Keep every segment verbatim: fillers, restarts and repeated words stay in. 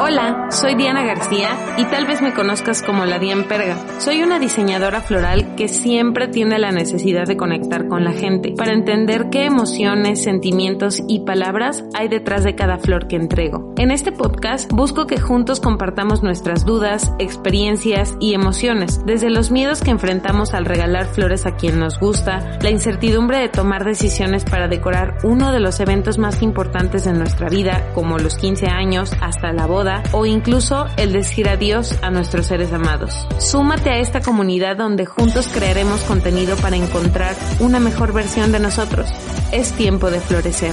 Hola, soy Diana García y tal vez me conozcas como la Dian Perga. Soy una diseñadora floral que siempre tiene la necesidad de conectar con la gente para entender qué emociones, sentimientos y palabras hay detrás de cada flor que entrego. En este podcast busco que juntos compartamos nuestras dudas, experiencias y emociones, desde los miedos que enfrentamos al regalar flores a quien nos gusta, la incertidumbre de tomar decisiones para decorar uno de los eventos más importantes de nuestra vida, como los quince años, hasta la boda, o incluso el decir adiós a nuestros seres amados. Súmate a esta comunidad donde juntos crearemos contenido para encontrar una mejor versión de nosotros. Es tiempo de florecer.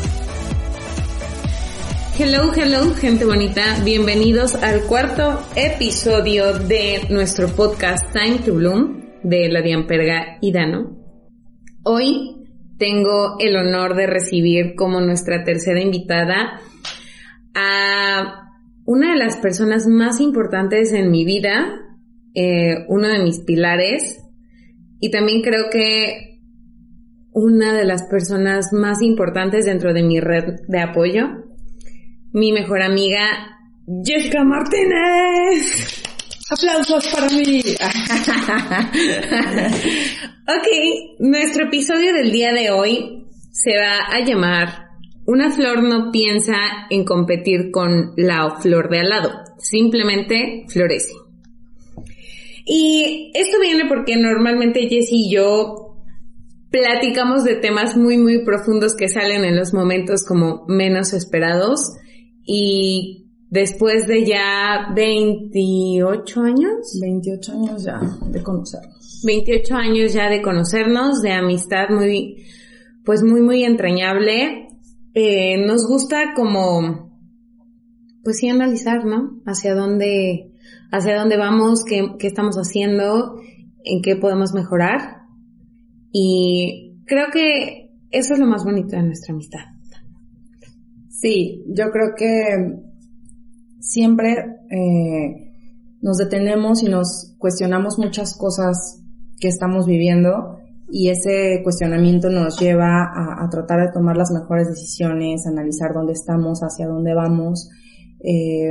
Hello, hello, gente bonita. Bienvenidos al cuarto episodio de nuestro podcast Time to Bloom de la Dian Perga y Dano. Hoy tengo el honor de recibir como nuestra tercera invitada a una de las personas más importantes en mi vida, eh, uno de mis pilares, y también creo que una de las personas más importantes dentro de mi red de apoyo, mi mejor amiga, Jessica Martínez. ¡Aplausos para mí! Ok, nuestro episodio del día de hoy se va a llamar Una flor no piensa en competir con la flor de al lado, simplemente florece. Y esto viene porque normalmente Jessie y yo platicamos de temas muy muy profundos que salen en los momentos como menos esperados, y después de ya veintiocho años, veintiocho años ya de conocernos. veintiocho años ya de conocernos, de amistad muy, pues muy muy entrañable. Eh, nos gusta como, pues sí, analizar, ¿no? Hacia dónde, hacia dónde vamos, qué, qué estamos haciendo, en qué podemos mejorar. Y creo que eso es lo más bonito de nuestra amistad. Sí, yo creo que siempre eh, nos detenemos y nos cuestionamos muchas cosas que estamos viviendo. Y ese cuestionamiento nos lleva a, a tratar de tomar las mejores decisiones, analizar dónde estamos, hacia dónde vamos. Eh,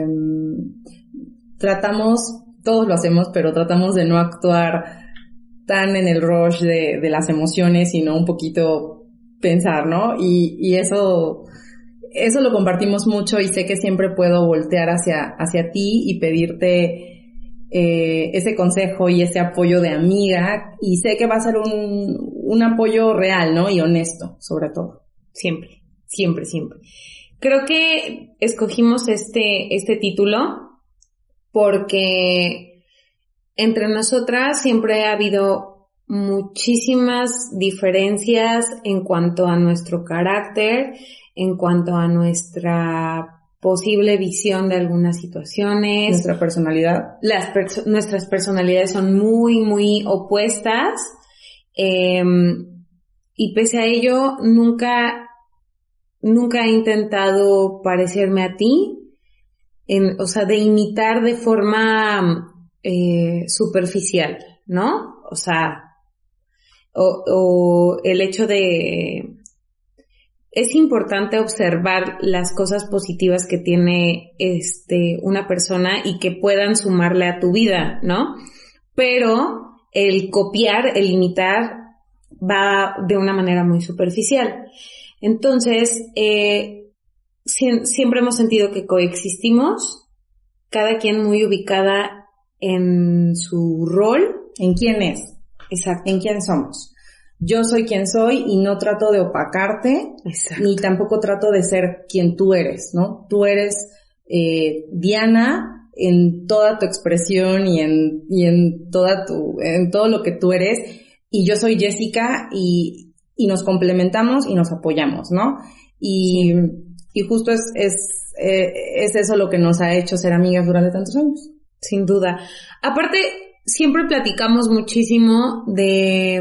tratamos, todos lo hacemos, pero tratamos de no actuar tan en el rush de, de las emociones, sino un poquito pensar, ¿no? Y, y eso, eso lo compartimos mucho, y sé que siempre puedo voltear hacia, hacia ti y pedirte Eh, ese consejo y ese apoyo de amiga, y sé que va a ser un, un apoyo real, ¿no? Y honesto, sobre todo. Siempre, siempre, siempre. Creo que escogimos este, este título porque entre nosotras siempre ha habido muchísimas diferencias en cuanto a nuestro carácter, en cuanto a nuestra posible visión de algunas situaciones. Nuestra personalidad. Las perso- nuestras personalidades son muy, muy opuestas. Eh, y pese a ello, nunca, nunca he intentado parecerme a ti. En, o sea, de imitar de forma eh, superficial, ¿no? O sea, o, o el hecho de... Es importante observar las cosas positivas que tiene este una persona y que puedan sumarle a tu vida, ¿no? Pero el copiar, el imitar, va de una manera muy superficial. Entonces, eh, si, siempre hemos sentido que coexistimos, cada quien muy ubicada en su rol. ¿En quién es? Exacto. ¿En quién somos? Yo soy quien soy y no trato de opacarte. Exacto. Ni tampoco trato de ser quien tú eres, ¿no? Tú eres eh, Diana en toda tu expresión y en y en toda tu en todo lo que tú eres, y yo soy Jessica, y y nos complementamos y nos apoyamos, ¿no? Y y justo es es eh, es eso lo que nos ha hecho ser amigas durante tantos años. Sin duda. Aparte, siempre platicamos muchísimo de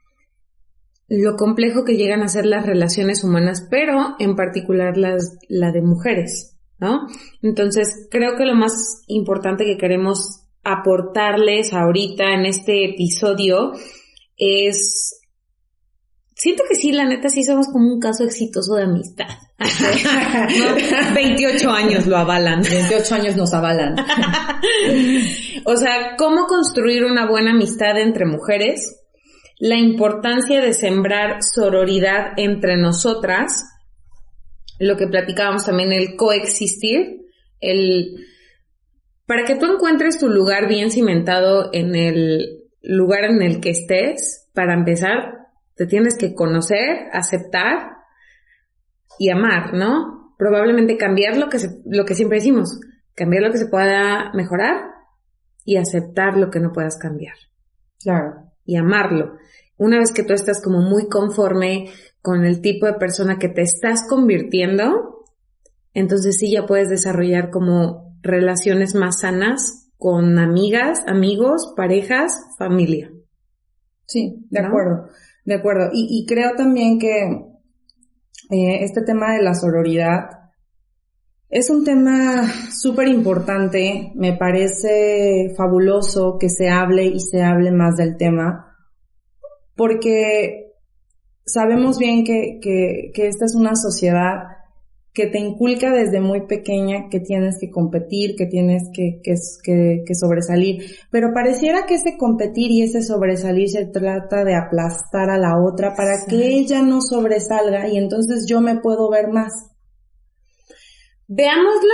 lo complejo que llegan a ser las relaciones humanas, pero en particular las, la de mujeres, ¿no? Entonces, creo que lo más importante que queremos aportarles ahorita en este episodio es... Siento que sí, la neta, sí somos como un caso exitoso de amistad. No, veintiocho años lo avalan. veintiocho años nos avalan. O sea, cómo construir una buena amistad entre mujeres, la importancia de sembrar sororidad entre nosotras, lo que platicábamos también, el coexistir, el para que tú encuentres tu lugar bien cimentado en el lugar en el que estés. Para empezar, te tienes que conocer, aceptar y amar, ¿no? Probablemente cambiar lo que se, lo que siempre decimos, cambiar lo que se pueda mejorar y aceptar lo que no puedas cambiar. Claro. Y amarlo. Una vez que tú estás como muy conforme con el tipo de persona que te estás convirtiendo, entonces sí ya puedes desarrollar como relaciones más sanas con amigas, amigos, parejas, familia. Sí, de ¿no? acuerdo, de acuerdo. Y, y creo también que eh, este tema de la sororidad es un tema súper importante. Me parece fabuloso que se hable y se hable más del tema, porque sabemos bien que, que, que esta es una sociedad que te inculca desde muy pequeña que tienes que competir, que tienes que, que, que, que sobresalir, pero pareciera que ese competir y ese sobresalir se trata de aplastar a la otra para sí. que ella no sobresalga y entonces yo me puedo ver más. Veámoslo,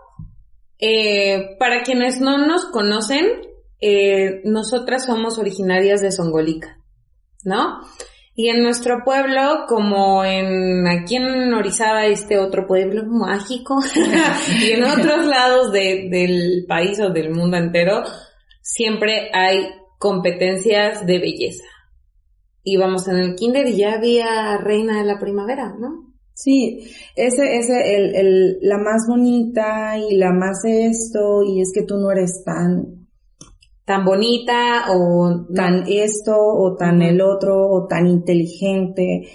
eh, para quienes no nos conocen, eh, nosotras somos originarias de Zongolica, ¿no? Y en nuestro pueblo, como en aquí en Orizaba, este otro pueblo mágico, y en otros lados de, del país o del mundo entero, siempre hay competencias de belleza. Íbamos en el kinder y ya había reina de la primavera, ¿no? Sí, ese, ese, el, el, la más bonita y la más esto, y es que tú no eres tan... tan bonita o tan no. esto o tan uh-huh. el otro o tan inteligente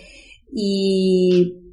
y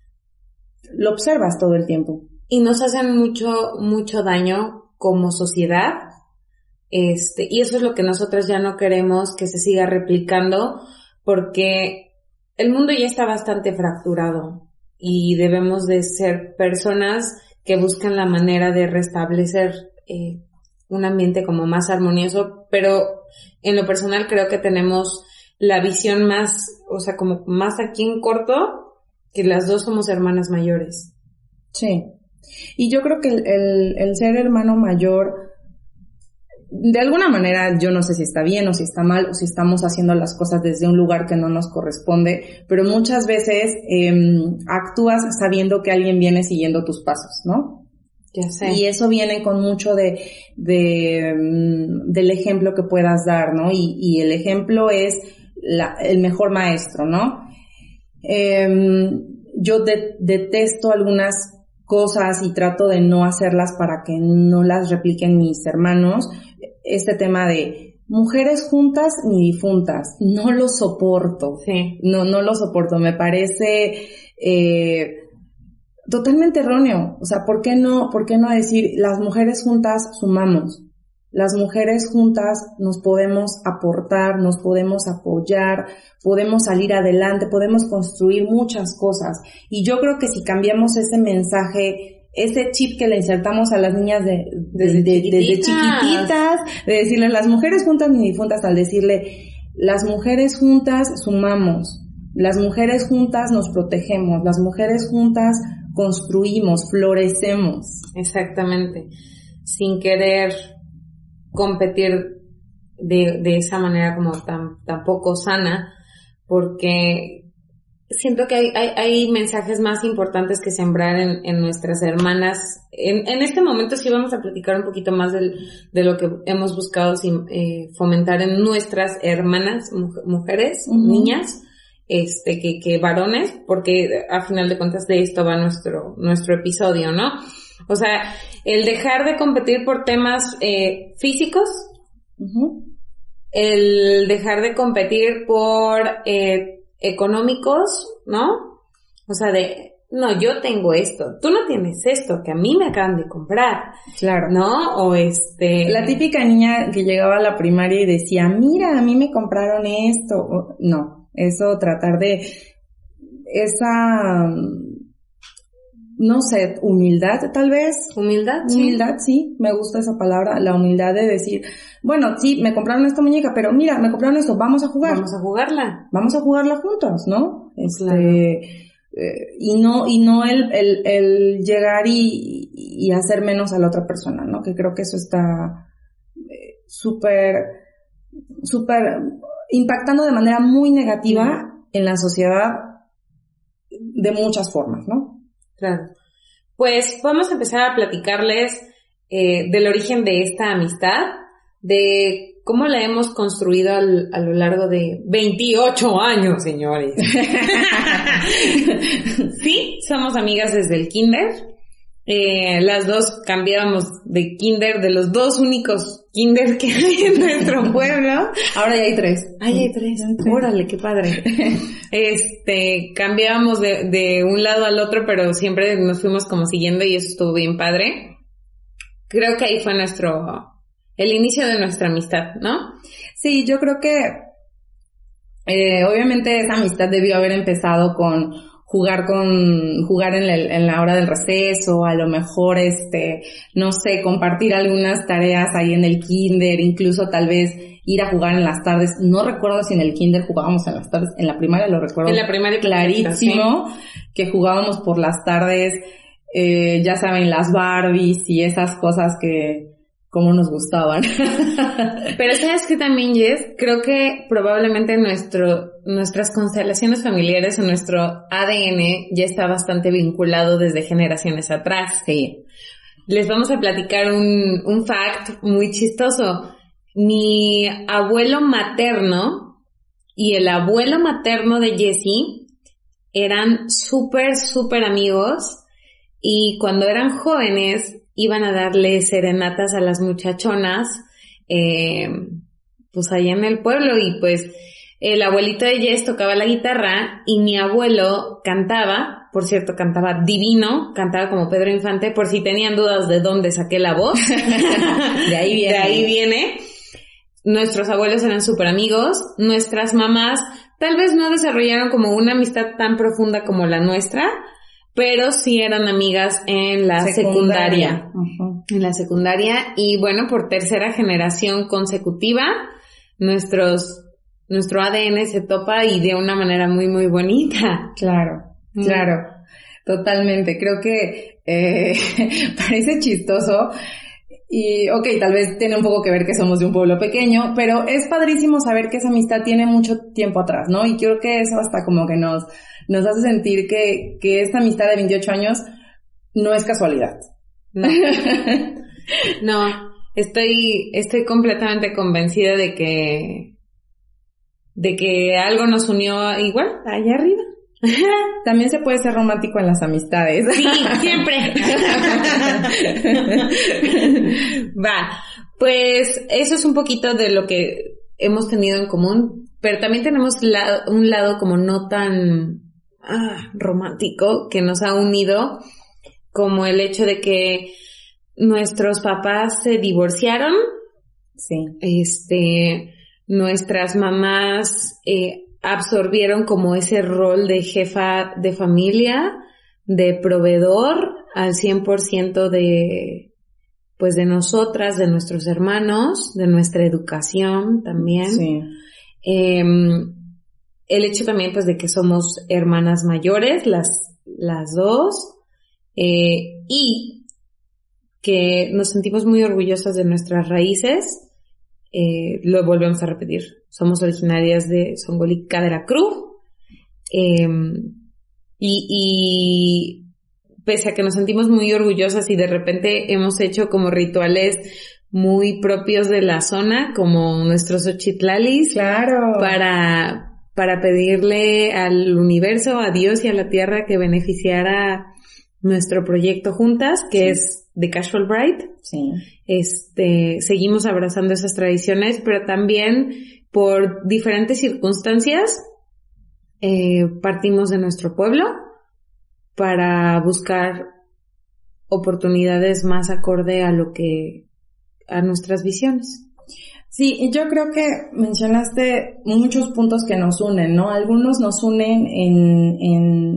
lo observas todo el tiempo y nos hacen mucho mucho daño como sociedad, este y eso es lo que nosotros ya no queremos que se siga replicando, porque el mundo ya está bastante fracturado y debemos de ser personas que buscan la manera de restablecer eh, un ambiente como más armonioso, pero en lo personal creo que tenemos la visión más, o sea, como más aquí en corto, que las dos somos hermanas mayores. Sí, y yo creo que el, el, el ser hermano mayor, de alguna manera, yo no sé si está bien o si está mal, o si estamos haciendo las cosas desde un lugar que no nos corresponde, pero muchas veces eh, actúas sabiendo que alguien viene siguiendo tus pasos, ¿no? Ya sé. Y eso viene con mucho de, de, um, del ejemplo que puedas dar, ¿no? Y, y el ejemplo es la, el mejor maestro, ¿no? Eh, yo de, detesto algunas cosas y trato de no hacerlas para que no las repliquen mis hermanos. Este tema de mujeres juntas ni difuntas, no lo soporto. Sí. No, no lo soporto. Me parece, eh, totalmente erróneo. O sea, ¿por qué no, por qué no decir las mujeres juntas sumamos? Las mujeres juntas nos podemos aportar, nos podemos apoyar, podemos salir adelante, podemos construir muchas cosas. Y yo creo que si cambiamos ese mensaje, ese chip que le insertamos a las niñas de, desde de, de, de, de chiquititas, de decirles las mujeres juntas ni difuntas, al decirle las mujeres juntas sumamos, las mujeres juntas nos protegemos, las mujeres juntas construimos, florecemos. Exactamente. Sin querer competir de, de esa manera como tan, tan poco sana, porque siento que hay, hay, hay mensajes más importantes que sembrar en, en nuestras hermanas. En, en este momento sí vamos a platicar un poquito más del, de lo que hemos buscado eh, fomentar en nuestras hermanas, mujeres, uh-huh. niñas, este, que, que varones, porque a final de cuentas de esto va nuestro, nuestro episodio, ¿no? O sea, el dejar de competir por temas eh, físicos, uh-huh. el dejar de competir por eh, económicos, ¿no? O sea, de, no, yo tengo esto, tú no tienes esto, que a mí me acaban de comprar. Claro. ¿No? O este... La típica niña que llegaba a la primaria y decía, mira, a mí me compraron esto. No, eso tratar de... Esa... no sé, humildad tal vez. Humildad, sí. Humildad, sí, me gusta esa palabra, la humildad de decir, bueno, sí, me compraron esta muñeca, pero mira, me compraron esto, vamos a jugar. Vamos a jugarla. Vamos a jugarla juntos, ¿no? Este, claro. eh, y no, y no el, el, el llegar y, y hacer menos a la otra persona, ¿no? Que creo que eso está eh, súper, súper impactando de manera muy negativa sí. en la sociedad de muchas formas, ¿no? Claro. Pues vamos a empezar a platicarles eh, del origen de esta amistad, de cómo la hemos construido al, a lo largo de veintiocho años, señores. Sí, somos amigas desde el kinder. Eh, las dos cambiábamos de kinder, de los dos únicos kinder que hay en nuestro pueblo. Ahora ya hay tres. Ah, ya hay tres. Órale, qué padre. Este, cambiábamos de, de un lado al otro, pero siempre nos fuimos como siguiendo y eso estuvo bien padre. Creo que ahí fue nuestro, el inicio de nuestra amistad, ¿no? Sí, yo creo que, eh, obviamente esa amistad debió haber empezado con jugar con, jugar en la, en la hora del receso, a lo mejor este, no sé, compartir algunas tareas ahí en el kinder, incluso tal vez ir a jugar en las tardes. No recuerdo si en el kinder jugábamos en las tardes, en la primaria lo recuerdo. En la primaria clarísimo, ¿sí? Que jugábamos por las tardes, eh, ya saben, las Barbies y esas cosas que, como nos gustaban. Pero ¿sabes qué también, Jess? Creo que probablemente nuestro, nuestras constelaciones familiares o nuestro A D N ya está bastante vinculado desde generaciones atrás. Sí. Les vamos a platicar un, un fact muy chistoso. Mi abuelo materno y el abuelo materno de Jessie eran súper, súper amigos y cuando eran jóvenes iban a darle serenatas a las muchachonas, eh, pues allá en el pueblo, y pues el abuelito de Jess tocaba la guitarra y mi abuelo cantaba, por cierto, cantaba divino, cantaba como Pedro Infante, por si tenían dudas de dónde saqué la voz. De ahí viene. De ahí viene. Nuestros abuelos eran súper amigos, nuestras mamás tal vez no desarrollaron como una amistad tan profunda como la nuestra, pero sí eran amigas en la secundaria. secundaria. Uh-huh. En la secundaria. Y bueno, por tercera generación consecutiva, nuestros, nuestro A D N se topa y de una manera muy, muy bonita. Claro, mm. claro. Totalmente. Creo que, eh, parece chistoso. Y, ok, tal vez tiene un poco que ver que somos de un pueblo pequeño, pero es padrísimo saber que esa amistad tiene mucho tiempo atrás, ¿no? Y creo que eso hasta como que nos, nos hace sentir que, que esta amistad de veintiocho años no es casualidad. No. No, estoy, estoy completamente convencida de que, de que algo nos unió igual, allá arriba. También se puede ser romántico en las amistades. Sí, siempre. Va, pues eso es un poquito de lo que hemos tenido en común, pero también tenemos la, un lado como no tan ah, romántico que nos ha unido, como el hecho de que nuestros papás se divorciaron. Sí. Este, nuestras mamás eh, absorbieron como ese rol de jefa de familia, de proveedor al cien por ciento de, pues de nosotras, de nuestros hermanos, de nuestra educación también. Sí. Eh, el hecho también pues de que somos hermanas mayores, las, las dos, eh, y que nos sentimos muy orgullosas de nuestras raíces. Eh, lo volvemos a repetir. Somos originarias de Zongolica, Veracruz. Eh, y, y pese a que nos sentimos muy orgullosas y de repente hemos hecho como rituales muy propios de la zona, como nuestros ochitlalis. Claro. Para, para pedirle al universo, a Dios y a la tierra que beneficiara nuestro proyecto juntas, que sí. es The Casual Bride. Sí. Este, seguimos abrazando esas tradiciones, pero también por diferentes circunstancias eh, partimos de nuestro pueblo para buscar oportunidades más acorde a lo que, a nuestras visiones. Sí, yo creo que mencionaste muchos puntos que nos unen, ¿no? Algunos nos unen en, en,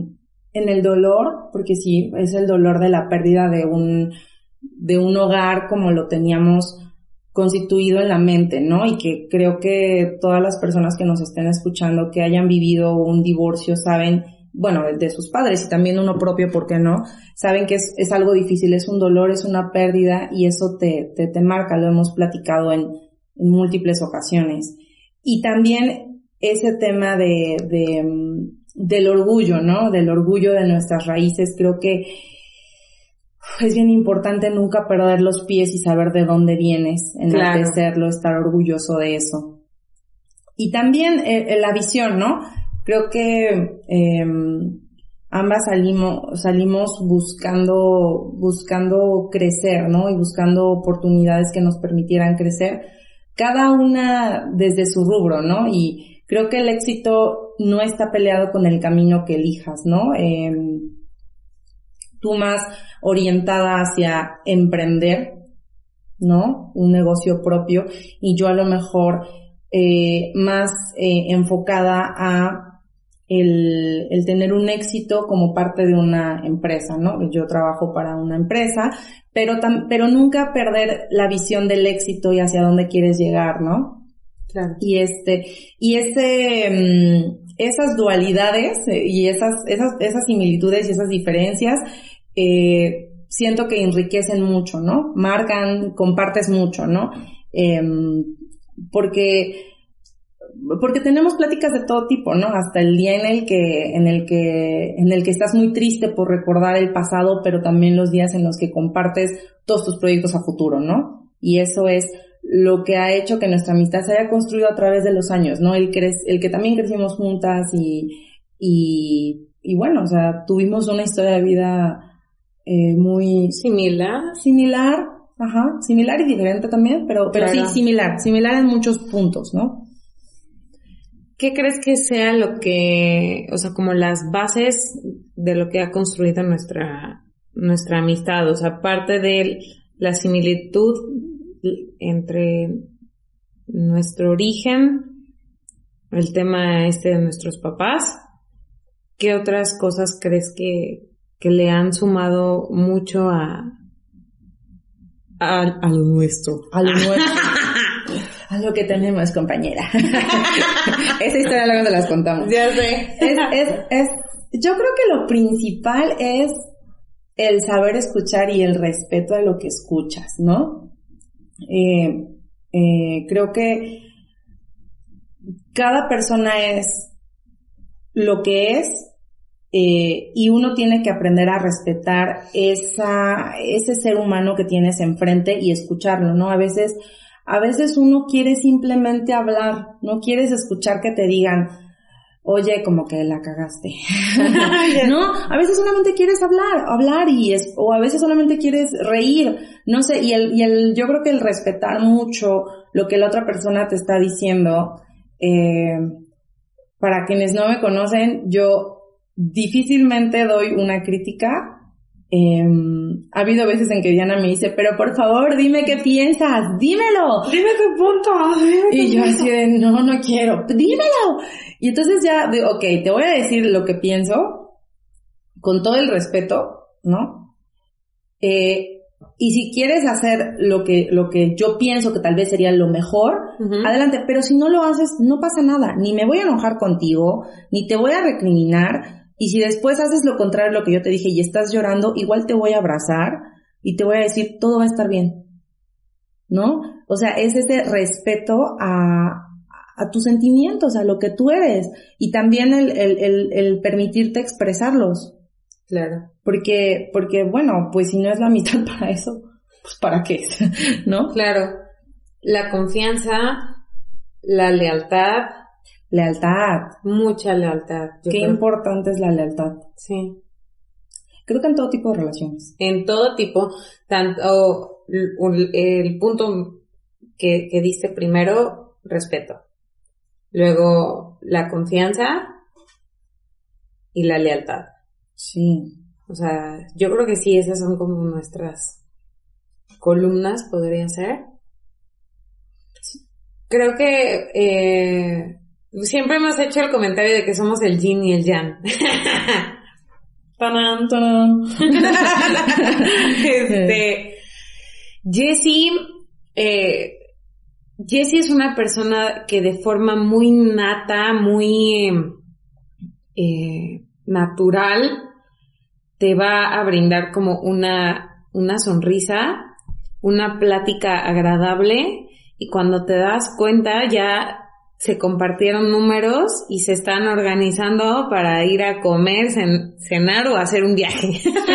en el dolor, porque sí, es el dolor de la pérdida de un, de un hogar como lo teníamos constituido en la mente, ¿no? Y que creo que todas las personas que nos estén escuchando, que hayan vivido un divorcio, saben, bueno, de, de sus padres y también uno propio, ¿por qué no? Saben que es, es algo difícil, es un dolor, es una pérdida y eso te, te, te marca, lo hemos platicado en, en múltiples ocasiones. Y también ese tema de, de, del orgullo, ¿no? Del orgullo de nuestras raíces, creo que es bien importante nunca perder los pies y saber de dónde vienes, enaltecerlo, claro. Estar orgulloso de eso. Y también eh, la visión, ¿no? Creo que eh, ambas salimos, salimos buscando, buscando crecer, ¿no? Y buscando oportunidades que nos permitieran crecer, cada una desde su rubro, ¿no? Y creo que el éxito no está peleado con el camino que elijas, ¿no? Eh, tú más orientada hacia emprender, ¿no? Un negocio propio, y yo a lo mejor eh, más eh, enfocada a el, el tener un éxito como parte de una empresa, ¿no? Yo trabajo para una empresa, pero tam, pero nunca perder la visión del éxito y hacia dónde quieres llegar, ¿no? Claro. Y este, y ese, esas dualidades y esas, esas, esas similitudes y esas diferencias, eh, siento que enriquecen mucho, ¿no? Marcan, compartes mucho, ¿no? Eh, porque, porque tenemos pláticas de todo tipo, ¿no? Hasta el día en el que, en el que, en el que estás muy triste por recordar el pasado, pero también los días en los que compartes todos tus proyectos a futuro, ¿no? Y eso es lo que ha hecho que nuestra amistad se haya construido a través de los años, ¿no? El, cre- el que también crecimos juntas y, y, y bueno, o sea, tuvimos una historia de vida eh, muy similar, similar, ajá, similar y diferente también, pero, pero claro. Sí, similar, similar en muchos puntos, ¿no? ¿Qué crees que sea lo que, o sea, como las bases de lo que ha construido nuestra, nuestra amistad? O sea, aparte de la similitud entre nuestro origen, el tema este de nuestros papás, ¿qué otras cosas crees que, que le han sumado mucho a, a, a lo nuestro? A lo nuestro. A lo que tenemos, compañera. Esa historia luego te las contamos. Ya sé. Es, es, es, yo creo que lo principal es el saber escuchar y el respeto a lo que escuchas, ¿no? Eh, eh, creo que cada persona es lo que es, eh, y uno tiene que aprender a respetar esa, ese ser humano que tienes enfrente y escucharlo, ¿no? A veces, a veces uno quiere simplemente hablar, no quieres escuchar que te digan, oye, como que la cagaste. No, a veces solamente quieres hablar, hablar y es, o a veces solamente quieres reír, no sé, y el, y el, yo creo que el respetar mucho lo que la otra persona te está diciendo, eh, para quienes no me conocen, yo difícilmente doy una crítica. Eh, ha habido veces en que Diana me dice, pero por favor, dime qué piensas, dímelo. Dime tu punto. Dime tu y yo punto. así de, no, no quiero, dímelo. Y entonces ya, de, ok, te voy a decir lo que pienso, con todo el respeto, ¿no? Eh, y si quieres hacer lo que, lo que yo pienso que tal vez sería lo mejor, uh-huh. Adelante, pero si no lo haces, no pasa nada, ni me voy a enojar contigo, ni te voy a recriminar. Y si después haces lo contrario a lo que yo te dije y estás llorando, igual te voy a abrazar y te voy a decir, todo va a estar bien, ¿no? O sea, es ese respeto a, a tus sentimientos, a lo que tú eres. Y también el, el, el, el permitirte expresarlos. Claro. Porque, porque bueno, pues si no es la mitad para eso, pues ¿para qué? ¿No? Claro. La confianza, la lealtad. Lealtad. Mucha lealtad. Qué creo. Importante es la lealtad. Sí. Creo que en todo tipo de relaciones. En todo tipo, tanto el punto que, que diste primero, respeto. Luego la confianza y la lealtad. Sí. O sea, yo creo que sí, esas son como nuestras columnas, podría ser. Creo que eh, siempre hemos hecho el comentario de que somos el yin y el yang. ¡Tanán, tanán! este, Jessie, eh, Jessie es una persona que de forma muy nata, muy eh, natural, te va a brindar como una, una sonrisa, una plática agradable, y cuando te das cuenta ya se compartieron números y se están organizando para ir a comer, cen, cenar o hacer un viaje.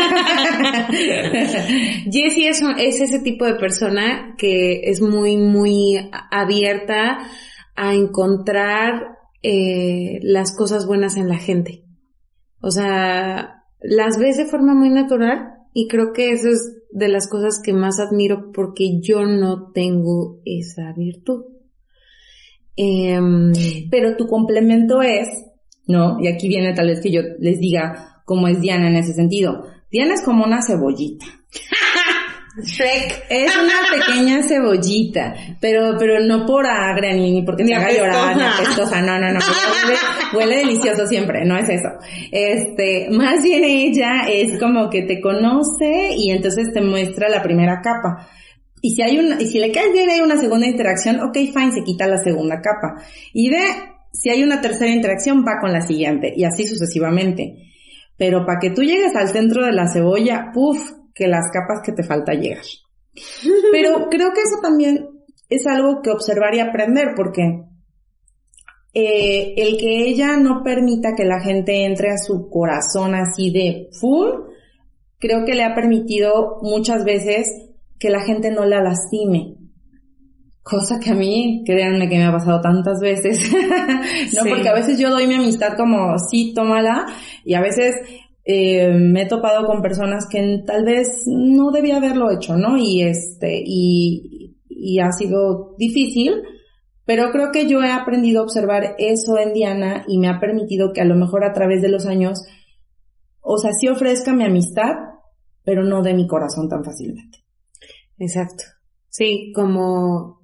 Jessie es, es ese tipo de persona que es muy, muy abierta a encontrar eh, las cosas buenas en la gente. O sea, las ves de forma muy natural y creo que eso es de las cosas que más admiro porque yo no tengo esa virtud. Eh, Pero tu complemento es, ¿no? Y aquí viene tal vez que yo les diga cómo es Diana en ese sentido. Diana es como una cebollita. Shrek. Es una pequeña cebollita, pero pero no por agra ni, ni porque te haga llorar, ni apestosa, no, no, no, huele, huele delicioso siempre, no es eso. Este, más bien ella es como que te conoce y entonces te muestra la primera capa. Y si hay una, y si le caes bien hay una segunda interacción, ok, fine, se quita la segunda capa. Y de, si hay una tercera interacción, va con la siguiente, y así sucesivamente. Pero para que tú llegues al centro de la cebolla, puf, que las capas que te falta llegar. Pero creo que eso también es algo que observar y aprender, porque eh, el que ella no permita que la gente entre a su corazón así de full, creo que le ha permitido muchas veces que la gente no la lastime. Cosa que a mí, créanme que me ha pasado tantas veces, ¿no? Sí. Porque a veces yo doy mi amistad como, sí, tómala, y a veces eh, me he topado con personas que tal vez no debía haberlo hecho, ¿no? Y este, y, y ha sido difícil, pero creo que yo he aprendido a observar eso en Diana y me ha permitido que a lo mejor a través de los años, o sea, sí ofrezca mi amistad, pero no de mi corazón tan fácilmente. Exacto. Sí, como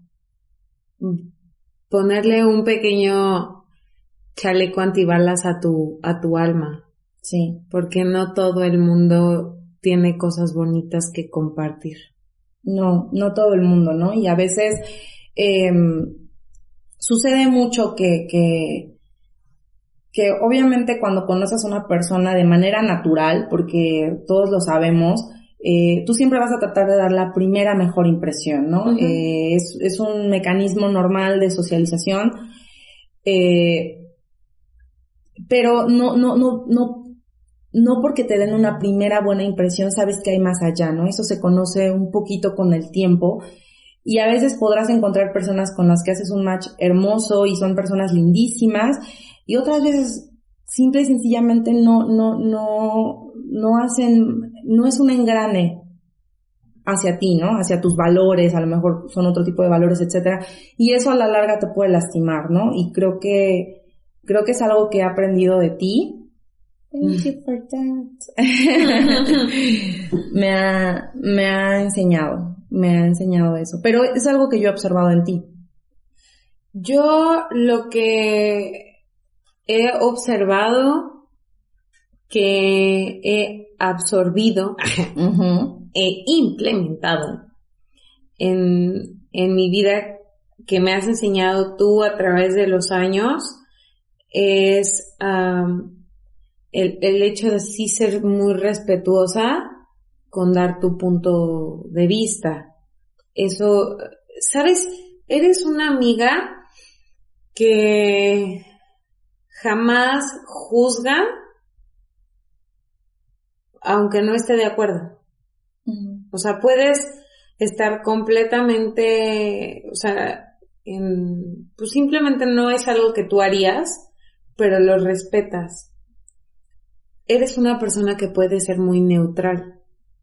ponerle un pequeño chaleco antibalas a tu, a tu alma. Sí. Porque no todo el mundo tiene cosas bonitas que compartir. No, no todo el mundo, ¿no? Y a veces, eh, sucede mucho que, que, que obviamente cuando conoces a una persona de manera natural, porque todos lo sabemos, Eh, tú siempre vas a tratar de dar la primera mejor impresión, ¿no? Uh-huh. Eh, es, es un mecanismo normal de socialización, eh, pero no, no, no, no, no porque te den una primera buena impresión sabes que hay más allá, ¿no? Eso se conoce un poquito con el tiempo y a veces podrás encontrar personas con las que haces un match hermoso y son personas lindísimas y otras veces simple y sencillamente no, no, no, no hacen, no es un engrane hacia ti, ¿no? Hacia tus valores, a lo mejor son otro tipo de valores, etcétera. Y eso a la larga te puede lastimar, ¿no? Y creo que, creo que es algo que he aprendido de ti. Thank you for that. me ha, me ha enseñado, me ha enseñado eso. Pero es algo que yo he observado en ti. Yo lo que he observado, que he absorbido, uh-huh. he implementado en, en mi vida, que me has enseñado tú a través de los años, es um, el, el hecho de sí ser muy respetuosa con dar tu punto de vista. Eso, ¿sabes? Eres una amiga que jamás juzga aunque no esté de acuerdo. Uh-huh. O sea, puedes estar completamente, o sea, en, pues simplemente no es algo que tú harías, pero lo respetas. Eres una persona que puede ser muy neutral.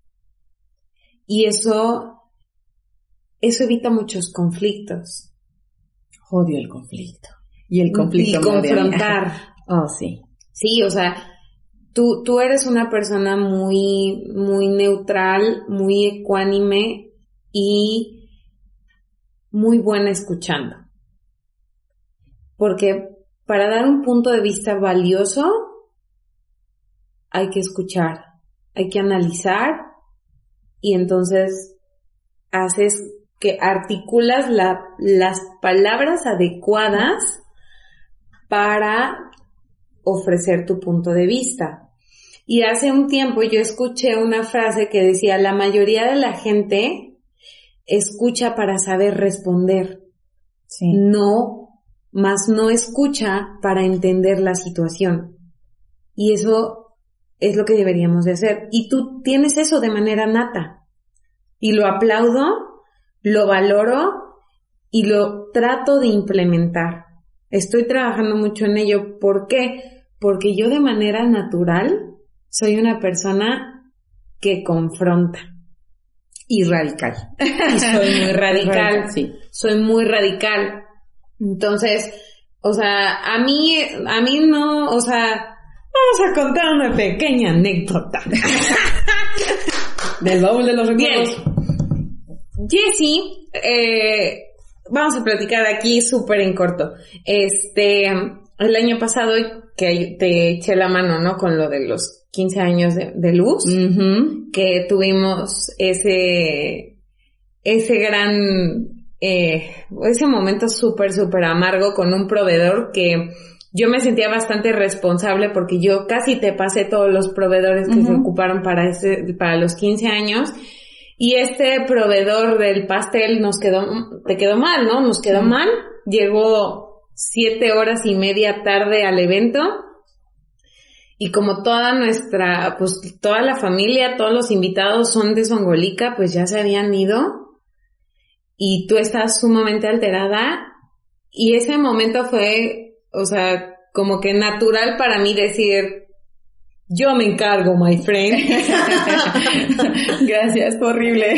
Y eso, eso evita muchos conflictos. Odio el conflicto. Y el conflicto. Y confrontar. Oh, sí. Sí, o sea, tú, tú eres una persona muy, muy neutral, muy ecuánime y muy buena escuchando. Porque para dar un punto de vista valioso, hay que escuchar, hay que analizar y entonces haces que articulas la, las palabras adecuadas para ofrecer tu punto de vista. Y hace un tiempo yo escuché una frase que decía, la mayoría de la gente escucha para saber responder. Sí. No, más no escucha para entender la situación. Y eso es lo que deberíamos de hacer. Y tú tienes eso de manera nata. Y lo aplaudo, lo valoro y lo trato de implementar. Estoy trabajando mucho en ello. ¿Por qué? Porque yo de manera natural soy una persona que confronta. Y radical. Y soy muy radical. radical sí. Soy muy radical. Entonces, o sea, a mí, a mí no, o sea, vamos a contar una pequeña anécdota. Del baúl de los recuerdos. Bien. Jessie, eh, vamos a platicar aquí súper en corto. Este, el año pasado que te eché la mano, ¿no? Con lo de los quince años de, de luz, uh-huh. que tuvimos ese, ese gran, eh, ese momento súper, súper amargo con un proveedor que yo me sentía bastante responsable porque yo casi te pasé todos los proveedores que uh-huh. se ocuparon para ese, para los quince años. Y este proveedor del pastel nos quedó, te quedó mal, ¿no? Nos quedó uh-huh. mal. Llegó siete horas y media tarde al evento. Y como toda nuestra, pues toda la familia, todos los invitados son de Zongolica, pues ya se habían ido. Y tú estás sumamente alterada. Y ese momento fue, o sea, como que natural para mí decir, yo me encargo, my friend. Gracias, fue horrible.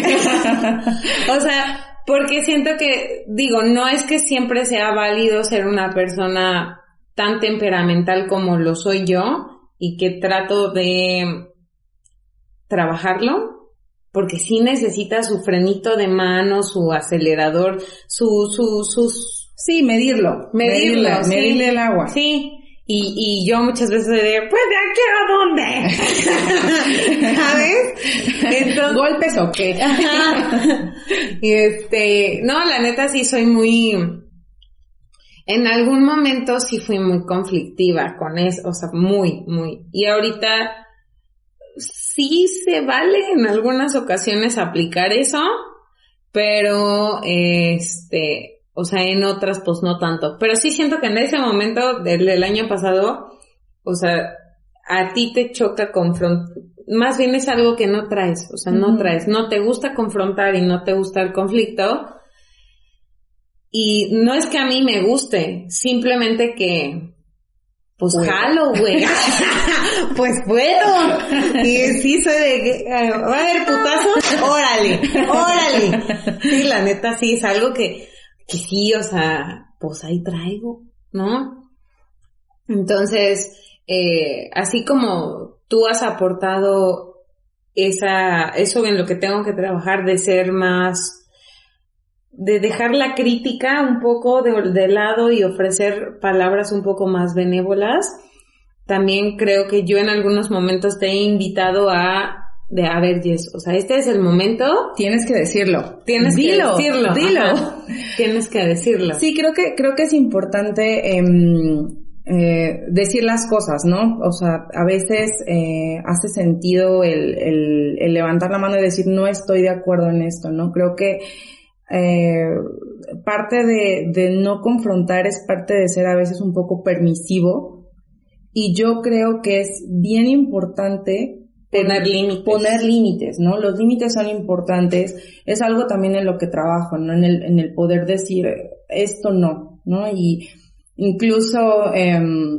O sea, porque siento que, digo, no es que siempre sea válido ser una persona tan temperamental como lo soy yo y que trato de trabajarlo, porque sí necesita su frenito de mano, su acelerador, su, su, sus... Sí, medirlo. Medirlo, medirle, sí. medirle el agua. Sí. Y, y yo muchas veces de, pues de aquí a dónde, ¿sabes? Entonces, ¿golpes o qué? Y este, no, la neta sí soy muy, en algún momento sí fui muy conflictiva con eso, o sea, muy, muy. Y ahorita sí se vale en algunas ocasiones aplicar eso, pero este... O sea, en otras pues no tanto. Pero sí siento que en ese momento del, del año pasado, o sea, a ti te choca confrontar. Más bien es algo que no traes. O sea, no uh-huh. traes. No te gusta confrontar y no te gusta el conflicto. Y no es que a mí me guste. Simplemente que... Pues bueno. Jalo, güey. Pues puedo. Y sí soy de... ¿Va a haber putazos? Órale, órale. Sí, la neta sí es algo que... Que sí, o sea, pues ahí traigo, ¿no? Entonces, eh, así como tú has aportado esa, eso en lo que tengo que trabajar de ser más, de dejar la crítica un poco de, de lado y ofrecer palabras un poco más benévolas, también creo que yo en algunos momentos te he invitado a de, a ver, Jess, o sea, este es el momento. Tienes que decirlo. Tienes dilo, que decirlo. Dilo. Ajá. Tienes que decirlo. Sí, creo que, creo que es importante, eh, eh, decir las cosas, ¿no? O sea, a veces, eh, hace sentido el, el, el levantar la mano y decir, no estoy de acuerdo en esto, ¿no? Creo que, eh, parte de, de no confrontar es parte de ser a veces un poco permisivo. Y yo creo que es bien importante Poner límites. Poner límites, ¿no? Los límites son importantes. Es algo también en lo que trabajo, ¿no? En el, en el poder decir esto no, ¿no? Y incluso, eh,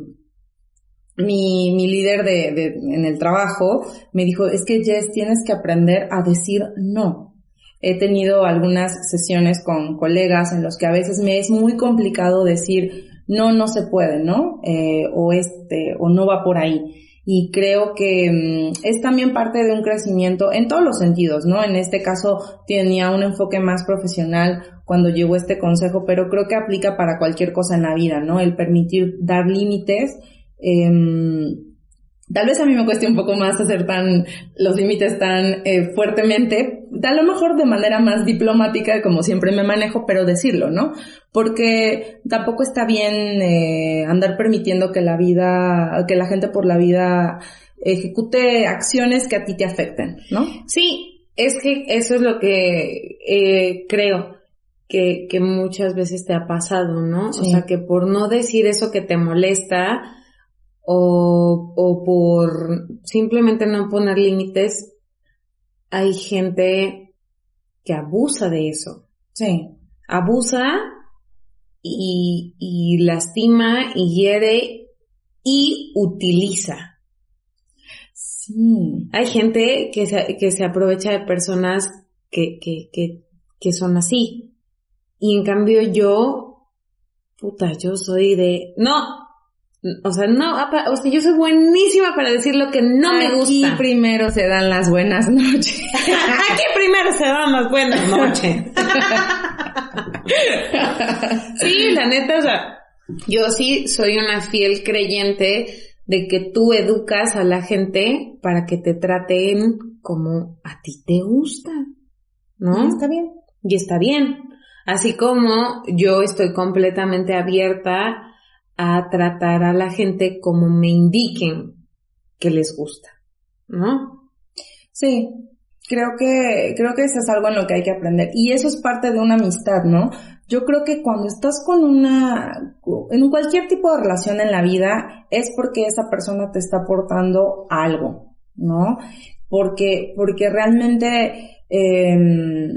mi, mi líder de, de, en el trabajo me dijo, es que Jess, tienes que aprender a decir no. He tenido algunas sesiones con colegas en los que a veces me es muy complicado decir no, no se puede, ¿no? Eh, o este, o no va por ahí. Y creo que um, es también parte de un crecimiento en todos los sentidos, ¿no? En este caso tenía un enfoque más profesional cuando llegó este consejo, pero creo que aplica para cualquier cosa en la vida, ¿no? El permitir dar límites, eh, Tal vez a mí me cueste un poco más hacer tan, los límites tan eh, fuertemente, a lo mejor de manera más diplomática, como siempre me manejo, pero decirlo, ¿no? Porque tampoco está bien eh, andar permitiendo que la vida, que la gente por la vida ejecute acciones que a ti te afecten, ¿no? Sí, es que eso es lo que eh, creo que, que muchas veces te ha pasado, ¿no? Sí. O sea, que por no decir eso que te molesta, O, o por simplemente no poner límites, hay gente que abusa de eso. Sí. Abusa y, y lastima y hiere y utiliza. Sí. Hay gente que se, que se aprovecha de personas que, que, que, que son así. Y en cambio yo, puta, yo soy de, no. O sea, no, o sea, yo soy buenísima para decir lo que no me gusta. Aquí primero se dan las buenas noches. Aquí primero se dan las buenas noches. Sí, la neta, o sea, yo sí soy una fiel creyente de que tú educas a la gente para que te traten como a ti te gusta, ¿no? Y está bien. Y está bien. Así como yo estoy completamente abierta a tratar a la gente como me indiquen que les gusta, ¿no? Sí, creo que, creo que eso es algo en lo que hay que aprender. Y eso es parte de una amistad, ¿no? Yo creo que cuando estás con una, en cualquier tipo de relación en la vida, es porque esa persona te está aportando algo, ¿no? Porque, porque realmente, eh,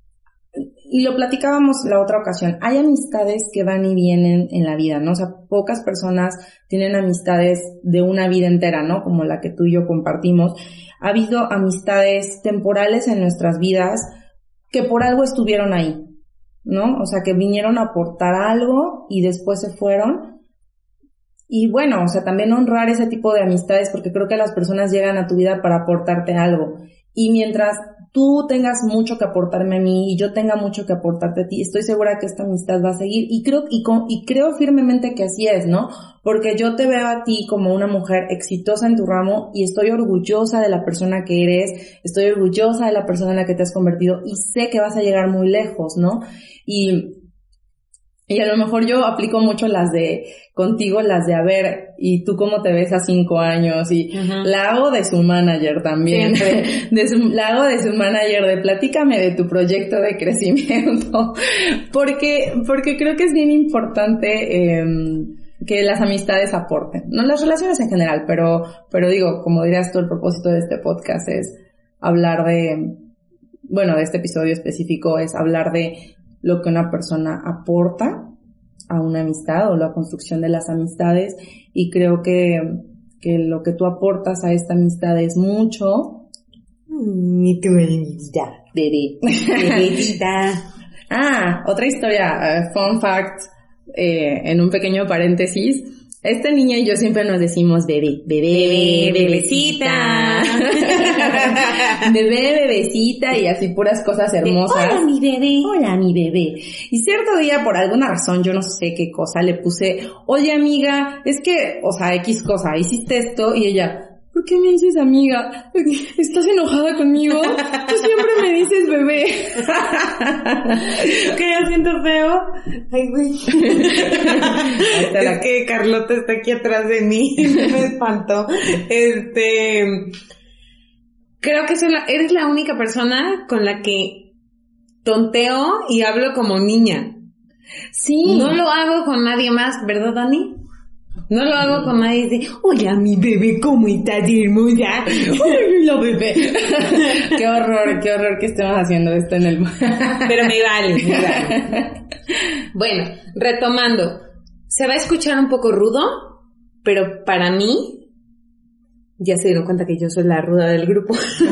y lo platicábamos la otra ocasión, hay amistades que van y vienen en la vida, ¿no? O sea, pocas personas tienen amistades de una vida entera, ¿no? Como la que tú y yo compartimos. Ha habido amistades temporales en nuestras vidas que por algo estuvieron ahí, ¿no? O sea, que vinieron a aportar algo y después se fueron. Y bueno, o sea, también honrar ese tipo de amistades, porque creo que las personas llegan a tu vida para aportarte algo. Y mientras tú tengas mucho que aportarme a mí y yo tenga mucho que aportarte a ti, estoy segura que esta amistad va a seguir y creo y, con, y creo firmemente que así es, ¿no? Porque yo te veo a ti como una mujer exitosa en tu ramo y estoy orgullosa de la persona que eres, estoy orgullosa de la persona en la que te has convertido y sé que vas a llegar muy lejos, ¿no? Y Y a lo mejor yo aplico mucho las de, contigo las de, a ver, ¿y tú cómo te ves a cinco años? Y uh-huh. La hago de su manager también. de su, la hago de su manager, de platícame de tu proyecto de crecimiento. porque, porque creo que es bien importante, eh, que las amistades aporten. No las relaciones en general, pero, pero digo, como dirías tú, el propósito de este podcast es hablar de, bueno, de este episodio específico es hablar de lo que una persona aporta a una amistad o la construcción de las amistades y creo que, que lo que tú aportas a esta amistad es mucho. Mi tu bebita, bebé, bebita. Ah, otra historia, uh, fun fact, eh, en un pequeño paréntesis. Esta niña y yo siempre nos decimos bebé, bebé, bebé bebecita. Bebé, bebecita y así puras cosas hermosas. Hola mi bebé. Hola mi bebé. Y cierto día, por alguna razón, yo no sé qué cosa, le puse, oye amiga, es que, o sea, X cosa, hiciste esto y ella, ¿por qué me dices amiga? ¿Estás enojada conmigo? Tú siempre me dices bebé. ¿Qué yo siento feo? Ay, güey. Es la... que Carlota está aquí atrás de mí. Me espantó. Este... Creo que soy la... eres la única persona con la que tonteo y hablo como niña. Sí. No lo hago con nadie más, ¿verdad, Dani? No lo hago con nadie de, hola mi bebé, ¿cómo estás, hermosa? Hola bebé. Qué horror, qué horror que estemos haciendo esto en el... Pero me vale, me vale. Bueno, retomando, se va a escuchar un poco rudo, pero para mí, ya se dieron cuenta que yo soy la ruda del grupo.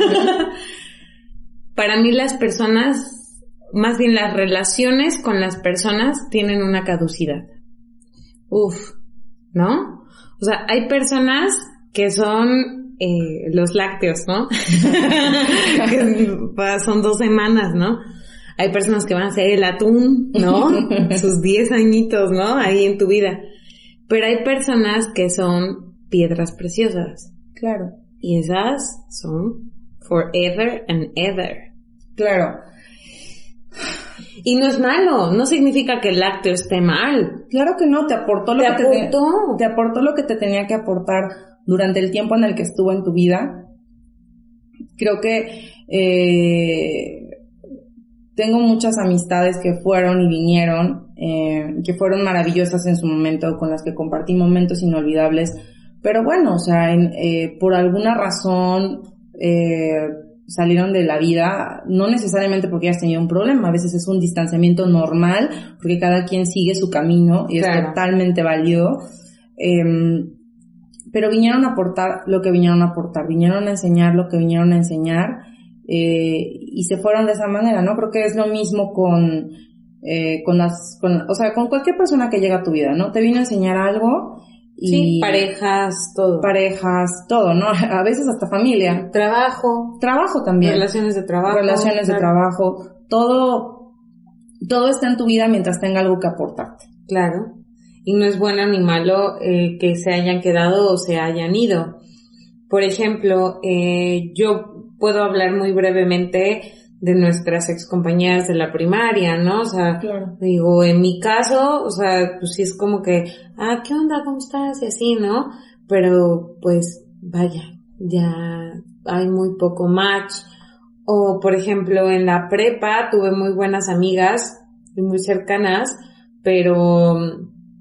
Para mí las personas, más bien las relaciones con las personas tienen una caducidad. Uf. ¿No? O sea, hay personas que son eh, los lácteos, ¿no? que son dos semanas, ¿no? Hay personas que van a ser el atún, ¿no? Sus diez añitos, ¿no? Ahí en tu vida. Pero hay personas que son piedras preciosas. Claro. Y esas son forever and ever. Claro. Y no es malo, no significa que el acto esté mal. Claro que no, te aportó lo te que aportó. te, te aportó lo que te tenía que aportar durante el tiempo en el que estuvo en tu vida. Creo que eh, tengo muchas amistades que fueron y vinieron, eh, que fueron maravillosas en su momento, con las que compartí momentos inolvidables, pero bueno, o sea, en, eh, por alguna razón eh, salieron de la vida, no necesariamente porque hayas tenido un problema, a veces es un distanciamiento normal, porque cada quien sigue su camino y claro. es totalmente válido, eh, pero vinieron a aportar lo que vinieron a aportar, vinieron a enseñar lo que vinieron a enseñar, eh, y se fueron de esa manera, ¿no? Creo que es lo mismo con, eh, con las, con, o sea, con cualquier persona que llega a tu vida, ¿no? Te vino a enseñar algo. Y sí, parejas, todo. Parejas, todo, ¿no? A veces hasta familia. Trabajo. Trabajo también. Relaciones de trabajo. Relaciones claro. de trabajo. Todo, todo está en tu vida mientras tenga algo que aportarte. Claro. Y no es bueno ni malo eh, que se hayan quedado o se hayan ido. Por ejemplo, eh, yo puedo hablar muy brevemente de nuestras excompañeras de la primaria, ¿no? O sea, claro. digo, en mi caso, o sea, pues sí es como que, ah, ¿qué onda? ¿Cómo estás? Y así, ¿no? Pero, pues, vaya, ya hay muy poco match. O, por ejemplo, en la prepa tuve muy buenas amigas y muy cercanas, pero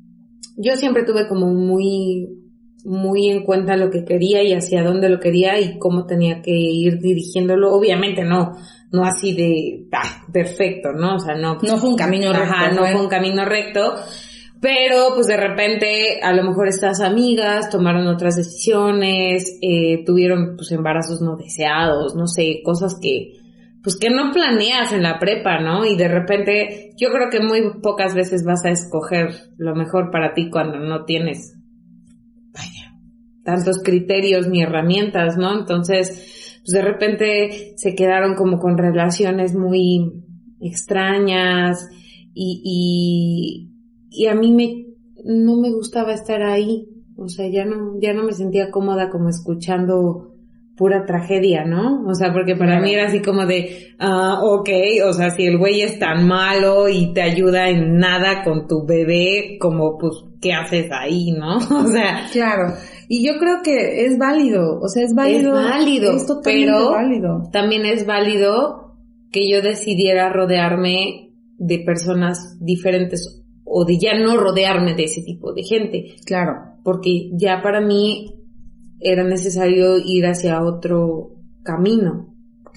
yo siempre tuve como muy, muy en cuenta lo que quería y hacia dónde lo quería y cómo tenía que ir dirigiéndolo. Obviamente no, no así de, ah, perfecto, ¿no? O sea, no. No fue un camino recto. Ajá, no fue un camino recto. Pero, pues de repente, a lo mejor estas amigas tomaron otras decisiones, eh, tuvieron, pues, embarazos no deseados, no sé, cosas que, pues, que no planeas en la prepa, ¿no? Y de repente, yo creo que muy pocas veces vas a escoger lo mejor para ti cuando no tienes, vaya, tantos criterios ni herramientas, ¿no? Entonces, pues de repente se quedaron como con relaciones muy extrañas y, y, y a mí me, no me gustaba estar ahí. O sea, ya no, ya no me sentía cómoda como escuchando pura tragedia, ¿no? O sea, porque para mí era así como de, ah, okay, o sea, si el güey es tan malo y te ayuda en nada con tu bebé, como pues, ¿qué haces ahí, no? O sea. Claro. Y yo creo que es válido, o sea, es válido. Es válido, es totalmente pero válido. También es válido que yo decidiera rodearme de personas diferentes o de ya no rodearme de ese tipo de gente. Claro. Porque ya para mí era necesario ir hacia otro camino.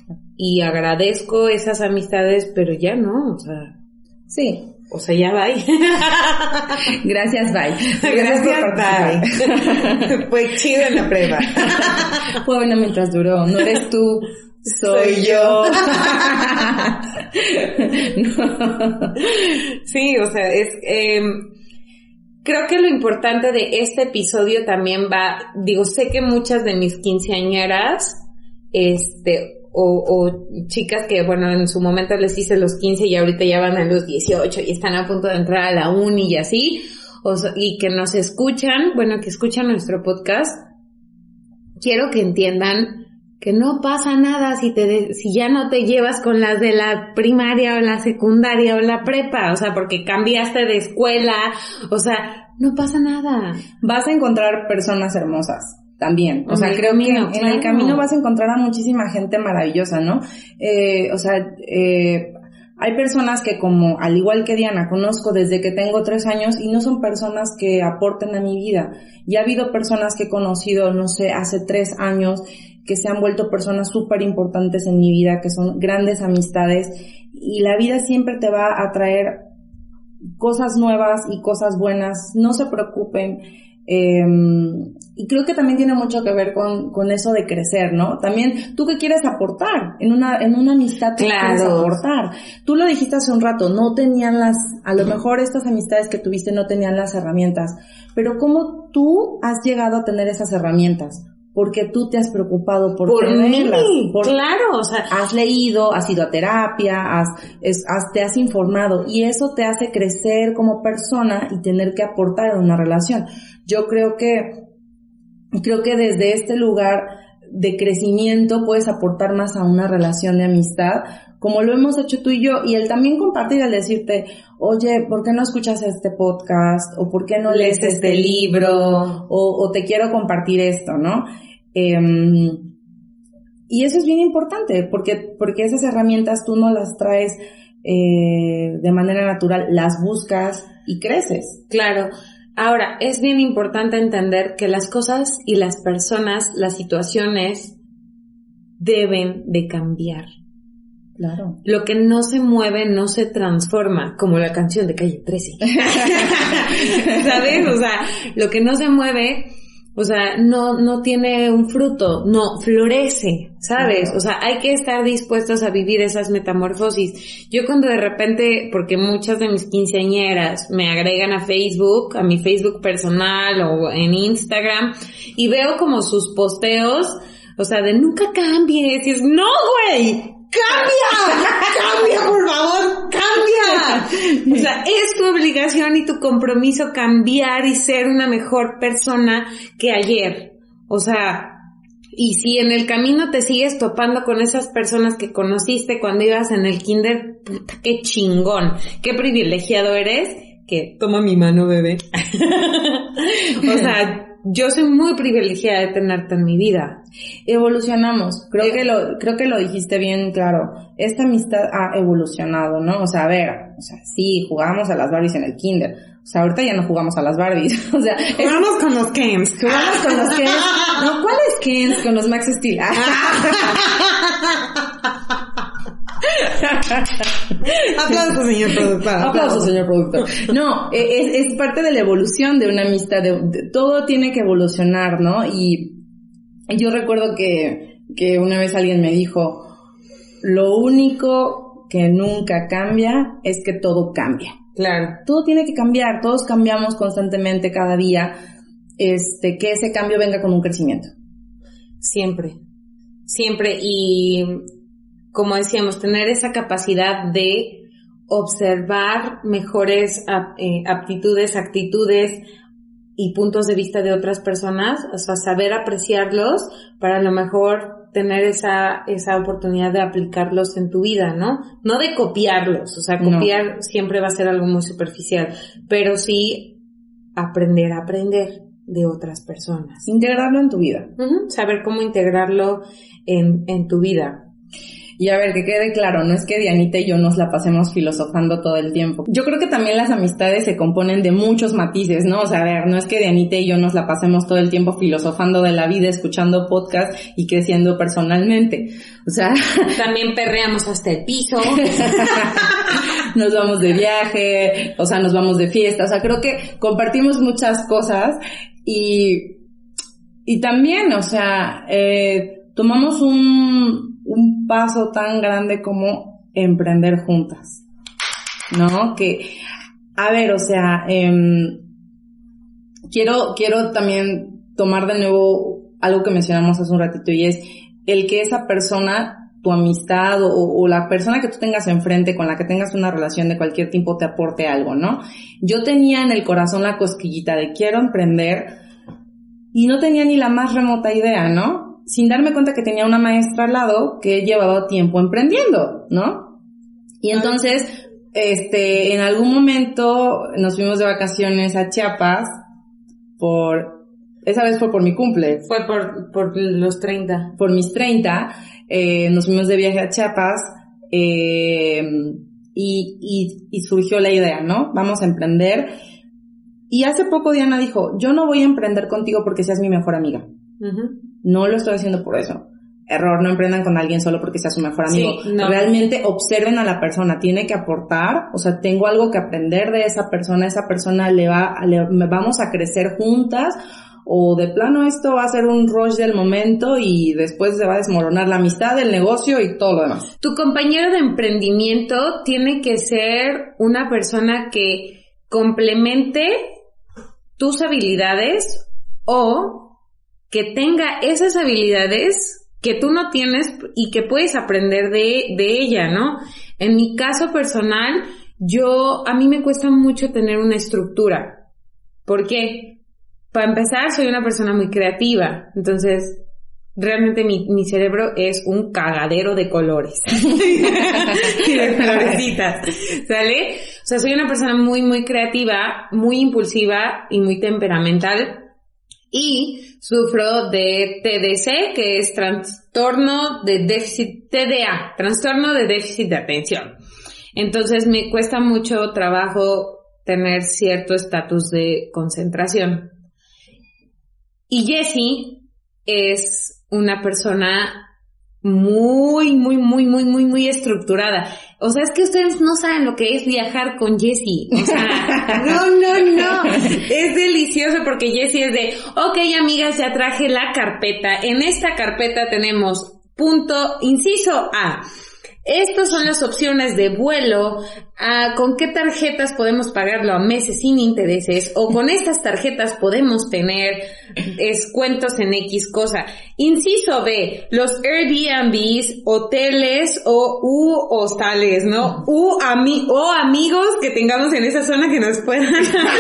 Y agradezco esas amistades, pero ya no, o sea. Sí. O sea, ya bye. Gracias, bye. Gracias, Gracias bye. Fue chido en la prueba. Fue bueno mientras duró. No eres tú, soy, soy yo. No. Sí, o sea, es... Eh, creo que lo importante de este episodio también va... Digo, sé que muchas de mis quinceañeras, este... O, o chicas que, bueno, en su momento les hice los quince y ahorita ya van a los dieciocho y están a punto de entrar a la uni y así, o, y que nos escuchan, bueno, que escuchan nuestro podcast, quiero que entiendan que no pasa nada si te de, si ya no te llevas con las de la primaria o la secundaria o la prepa, o sea, porque cambiaste de escuela, o sea, no pasa nada. Vas a encontrar personas hermosas. También, o sea, creo camino, que claro. En el camino vas a encontrar a muchísima gente maravillosa, ¿no? Eh, o sea, eh, hay personas que como, al igual que Diana, conozco desde que tengo tres años y no son personas que aporten a mi vida. Y ha habido personas que he conocido, no sé, hace tres años, que se han vuelto personas súper importantes en mi vida, que son grandes amistades, y la vida siempre te va a traer cosas nuevas y cosas buenas, no se preocupen. Eh, y creo que también tiene mucho que ver con, con eso de crecer, ¿no? También, ¿tú qué quieres aportar? En una, en una amistad, ¿qué claro. quieres aportar? Tú lo dijiste hace un rato, no tenían las, a lo mejor estas amistades que tuviste no tenían las herramientas, pero ¿cómo tú has llegado a tener esas herramientas? Porque tú te has preocupado por, por tenerlas. Mí, por, claro, o sea. Has leído, has ido a terapia, has, es, has, te has informado y eso te hace crecer como persona y tener que aportar en una relación. Yo creo que creo que desde este lugar de crecimiento puedes aportar más a una relación de amistad, como lo hemos hecho tú y yo, y el también compartir, al decirte, oye, ¿por qué no escuchas este podcast? O ¿por qué no lees este libro? O, o te quiero compartir esto, ¿no? Eh, y eso es bien importante, porque, porque esas herramientas tú no las traes eh, de manera natural, las buscas y creces. Claro. Ahora, es bien importante entender que las cosas y las personas, las situaciones, deben de cambiar. Claro. Lo que no se mueve no se transforma, como la canción de Calle trece. ¿Sabes? O sea, lo que no se mueve, o sea, no, no tiene un fruto, no, florece, ¿sabes? Claro. O sea, hay que estar dispuestos a vivir esas metamorfosis. Yo cuando de repente, porque muchas de mis quinceañeras me agregan a Facebook, a mi Facebook personal o en Instagram, y veo como sus posteos, o sea, de nunca cambies, y es, no, güey, ¡cambia! ¡Cambia, por favor! ¡Cambia! O sea, es tu obligación y tu compromiso cambiar y ser una mejor persona que ayer. O sea, y si en el camino te sigues topando con esas personas que conociste cuando ibas en el kinder, puta, qué chingón, qué privilegiado eres, que toma mi mano, bebé. O sea, yo soy muy privilegiada de tenerte en mi vida. Evolucionamos. Creo eh, que lo, creo que lo dijiste bien claro. Esta amistad ha evolucionado, ¿no? O sea, a ver, o sea, sí, jugábamos a las Barbies en el kinder. O sea, ahorita ya no jugamos a las Barbies. O sea, jugamos es, con los Kens. Jugamos con los Kens. No, ¿cuáles Kens? Con los Max Steel. Aplausos, señor productor. Aplausos, señor productor. No, es, es parte de la evolución de una amistad. De, de, todo tiene que evolucionar, ¿no? Y yo recuerdo que, que una vez alguien me dijo, lo único que nunca cambia es que todo cambia. Claro. Todo tiene que cambiar, todos cambiamos constantemente cada día, este, que ese cambio venga con un crecimiento. Siempre, siempre, y como decíamos, tener esa capacidad de observar mejores aptitudes, actitudes y puntos de vista de otras personas, o sea, saber apreciarlos para a lo mejor tener esa esa oportunidad de aplicarlos en tu vida, ¿no? No de copiarlos, o sea, copiar no. Siempre va a ser algo muy superficial, pero sí aprender a aprender de otras personas. Integrarlo en tu vida. Uh-huh. Saber cómo integrarlo en, en tu vida. Y a ver, que quede claro, no es que Dianita y yo nos la pasemos filosofando todo el tiempo. Yo creo que también las amistades se componen de muchos matices, ¿no? O sea, a ver, no es que Dianita y yo nos la pasemos todo el tiempo filosofando de la vida, escuchando podcast y creciendo personalmente. O sea... También perreamos hasta el piso. Nos vamos de viaje, o sea, nos vamos de fiesta. O sea, creo que compartimos muchas cosas y... Y también, o sea, eh, tomamos un... un paso tan grande como emprender juntas, ¿no? Que, a ver, o sea, eh, quiero, quiero también tomar de nuevo algo que mencionamos hace un ratito, y es el que esa persona, tu amistad o, o la persona que tú tengas enfrente, con la que tengas una relación de cualquier tipo, te aporte algo, ¿no? Yo tenía en el corazón la cosquillita de quiero emprender y no tenía ni la más remota idea, ¿no? Sin darme cuenta que tenía una maestra al lado que llevaba tiempo emprendiendo, ¿no? Y entonces, este, en algún momento nos fuimos de vacaciones a Chiapas por, esa vez fue por mi cumple. Fue por, por los treinta. Por mis treinta, eh, nos fuimos de viaje a Chiapas, eh, y, y, y surgió la idea, ¿no? Vamos a emprender. Y hace poco Diana dijo, yo no voy a emprender contigo porque seas mi mejor amiga. Uh-huh. No lo estoy haciendo por eso. Error, no emprendan con alguien solo porque sea su mejor amigo. Sí, no. Realmente observen a la persona, tiene que aportar, o sea, tengo algo que aprender de esa persona, esa persona le va, le, vamos a crecer juntas, o de plano esto va a ser un rush del momento y después se va a desmoronar la amistad, el negocio y todo lo demás. Tu compañero de emprendimiento tiene que ser una persona que complemente tus habilidades o que tenga esas habilidades que tú no tienes y que puedes aprender de, de ella, ¿no? En mi caso personal, yo, a mí me cuesta mucho tener una estructura. ¿Por qué? para empezar, soy una persona muy creativa, entonces realmente mi, mi cerebro es un cagadero de colores y de florecitas, ¿sale? O sea, soy una persona muy, muy creativa, muy impulsiva y muy temperamental. Y sufro de T D C, que es trastorno de déficit, T D A, trastorno de déficit de atención. Entonces me cuesta mucho trabajo tener cierto estatus de concentración. Y Jessie es una persona muy, muy, muy, muy, muy, muy estructurada. O sea, es que ustedes no saben lo que es viajar con Jessie. O sea, no, no, no. Es delicioso porque Jessie es de, ok, amigas, ya traje la carpeta. En esta carpeta tenemos punto, inciso A. Estas son las opciones de vuelo, ah, con qué tarjetas podemos pagarlo a meses sin intereses, o con estas tarjetas podemos tener descuentos en X cosa. Inciso B, los Airbnbs, hoteles o u hostales, ¿no? U ami o amigos que tengamos en esa zona que nos puedan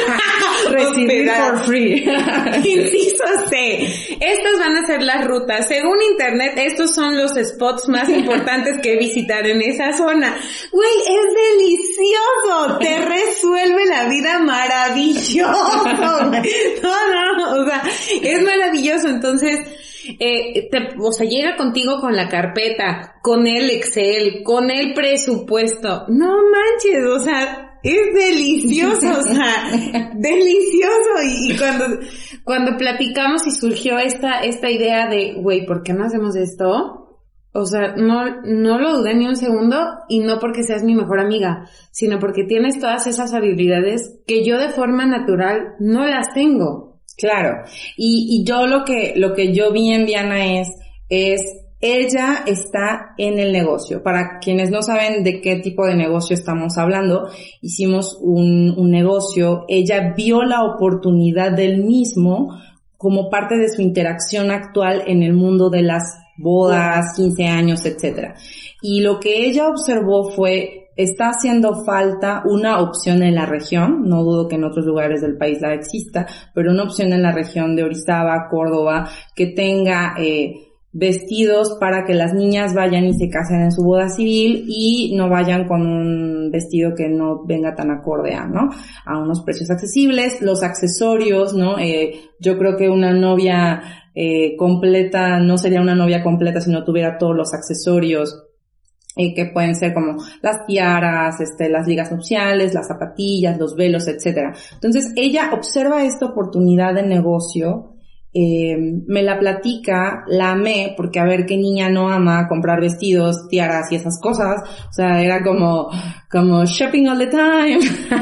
recibir for free. Inciso C, estas van a ser las rutas. Según internet, estos son los spots más importantes que visitar en esa zona. Güey, es delicioso, te resuelve la vida maravilloso. No, no, o sea, es maravilloso. Entonces, eh, te, o sea, llega contigo con la carpeta, con el Excel, con el presupuesto. No manches, o sea, es delicioso, o sea, delicioso. Y, y cuando, cuando platicamos y surgió esta, esta idea de, güey, ¿por qué no hacemos esto? O sea, no, no lo dudé ni un segundo, y no porque seas mi mejor amiga, sino porque tienes todas esas habilidades que yo de forma natural no las tengo. Claro. Y, y yo lo que, lo que yo vi en Diana es, es, ella está en el negocio. Para quienes no saben de qué tipo de negocio estamos hablando, hicimos un, un negocio, ella vio la oportunidad del mismo como parte de su interacción actual en el mundo de las bodas, quince años, etcétera. Y lo que ella observó fue, está haciendo falta una opción en la región, no dudo que en otros lugares del país la exista, pero una opción en la región de Orizaba, Córdoba, que tenga eh, vestidos para que las niñas vayan y se casen en su boda civil y no vayan con un vestido que no venga tan acorde a, ¿no? A unos precios accesibles, los accesorios, ¿no? Eh, yo creo que una novia eh, completa no sería una novia completa si no tuviera todos los accesorios eh, que pueden ser como las tiaras, este, las ligas nupciales, las zapatillas, los velos, etcétera. Entonces ella observa esta oportunidad de negocio. Eh, me la platica, la amé, porque a ver qué niña no ama comprar vestidos, tiaras y esas cosas. O sea, era como, como shopping all the time.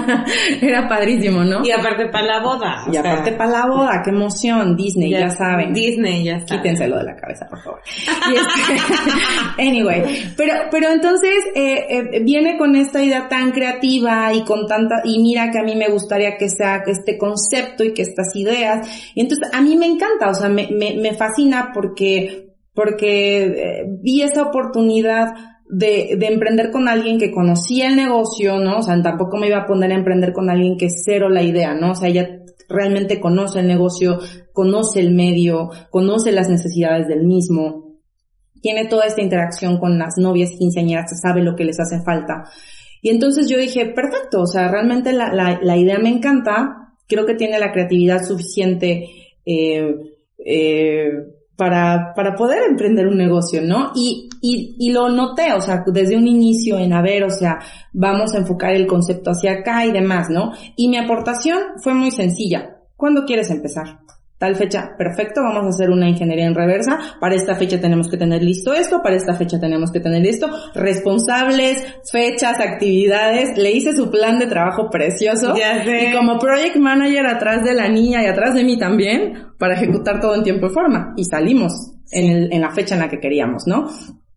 Era padrísimo, ¿no? Y aparte para la boda. Y aparte para la boda, qué emoción. Disney, ya, ya saben. Disney, ya saben. Quítenselo de la cabeza, por favor. Y este, anyway, pero, pero entonces, eh, eh, viene con esta idea tan creativa y con tanta, y mira que a mí me gustaría que sea este concepto y que estas ideas. Y entonces, a mí me encanta, o sea, me, me, me fascina porque, porque eh, vi esa oportunidad de, de emprender con alguien que conocía el negocio, ¿no? O sea, tampoco me iba a poner a emprender con alguien que cero la idea, ¿no? O sea, ella realmente conoce el negocio, conoce el medio, conoce las necesidades del mismo, tiene toda esta interacción con las novias quinceañeras, sabe lo que les hace falta. Y entonces yo dije, perfecto, o sea, realmente la, la, la idea me encanta, creo que tiene la creatividad suficiente Eh, eh, para, para poder emprender un negocio, ¿no? Y, y, y lo noté, o sea, desde un inicio en, a ver, o sea, vamos a enfocar el concepto hacia acá y demás, ¿no? Y mi aportación fue muy sencilla. ¿Cuándo quieres empezar? Tal fecha, perfecto, vamos a hacer una ingeniería en reversa, para esta fecha tenemos que tener listo esto, para esta fecha tenemos que tener listo, responsables, fechas, actividades, le hice su plan de trabajo precioso, ya sé. Y como project manager atrás de la niña y atrás de mí también, para ejecutar todo en tiempo y forma, y salimos sí. en, el, en la fecha en la que queríamos, ¿no?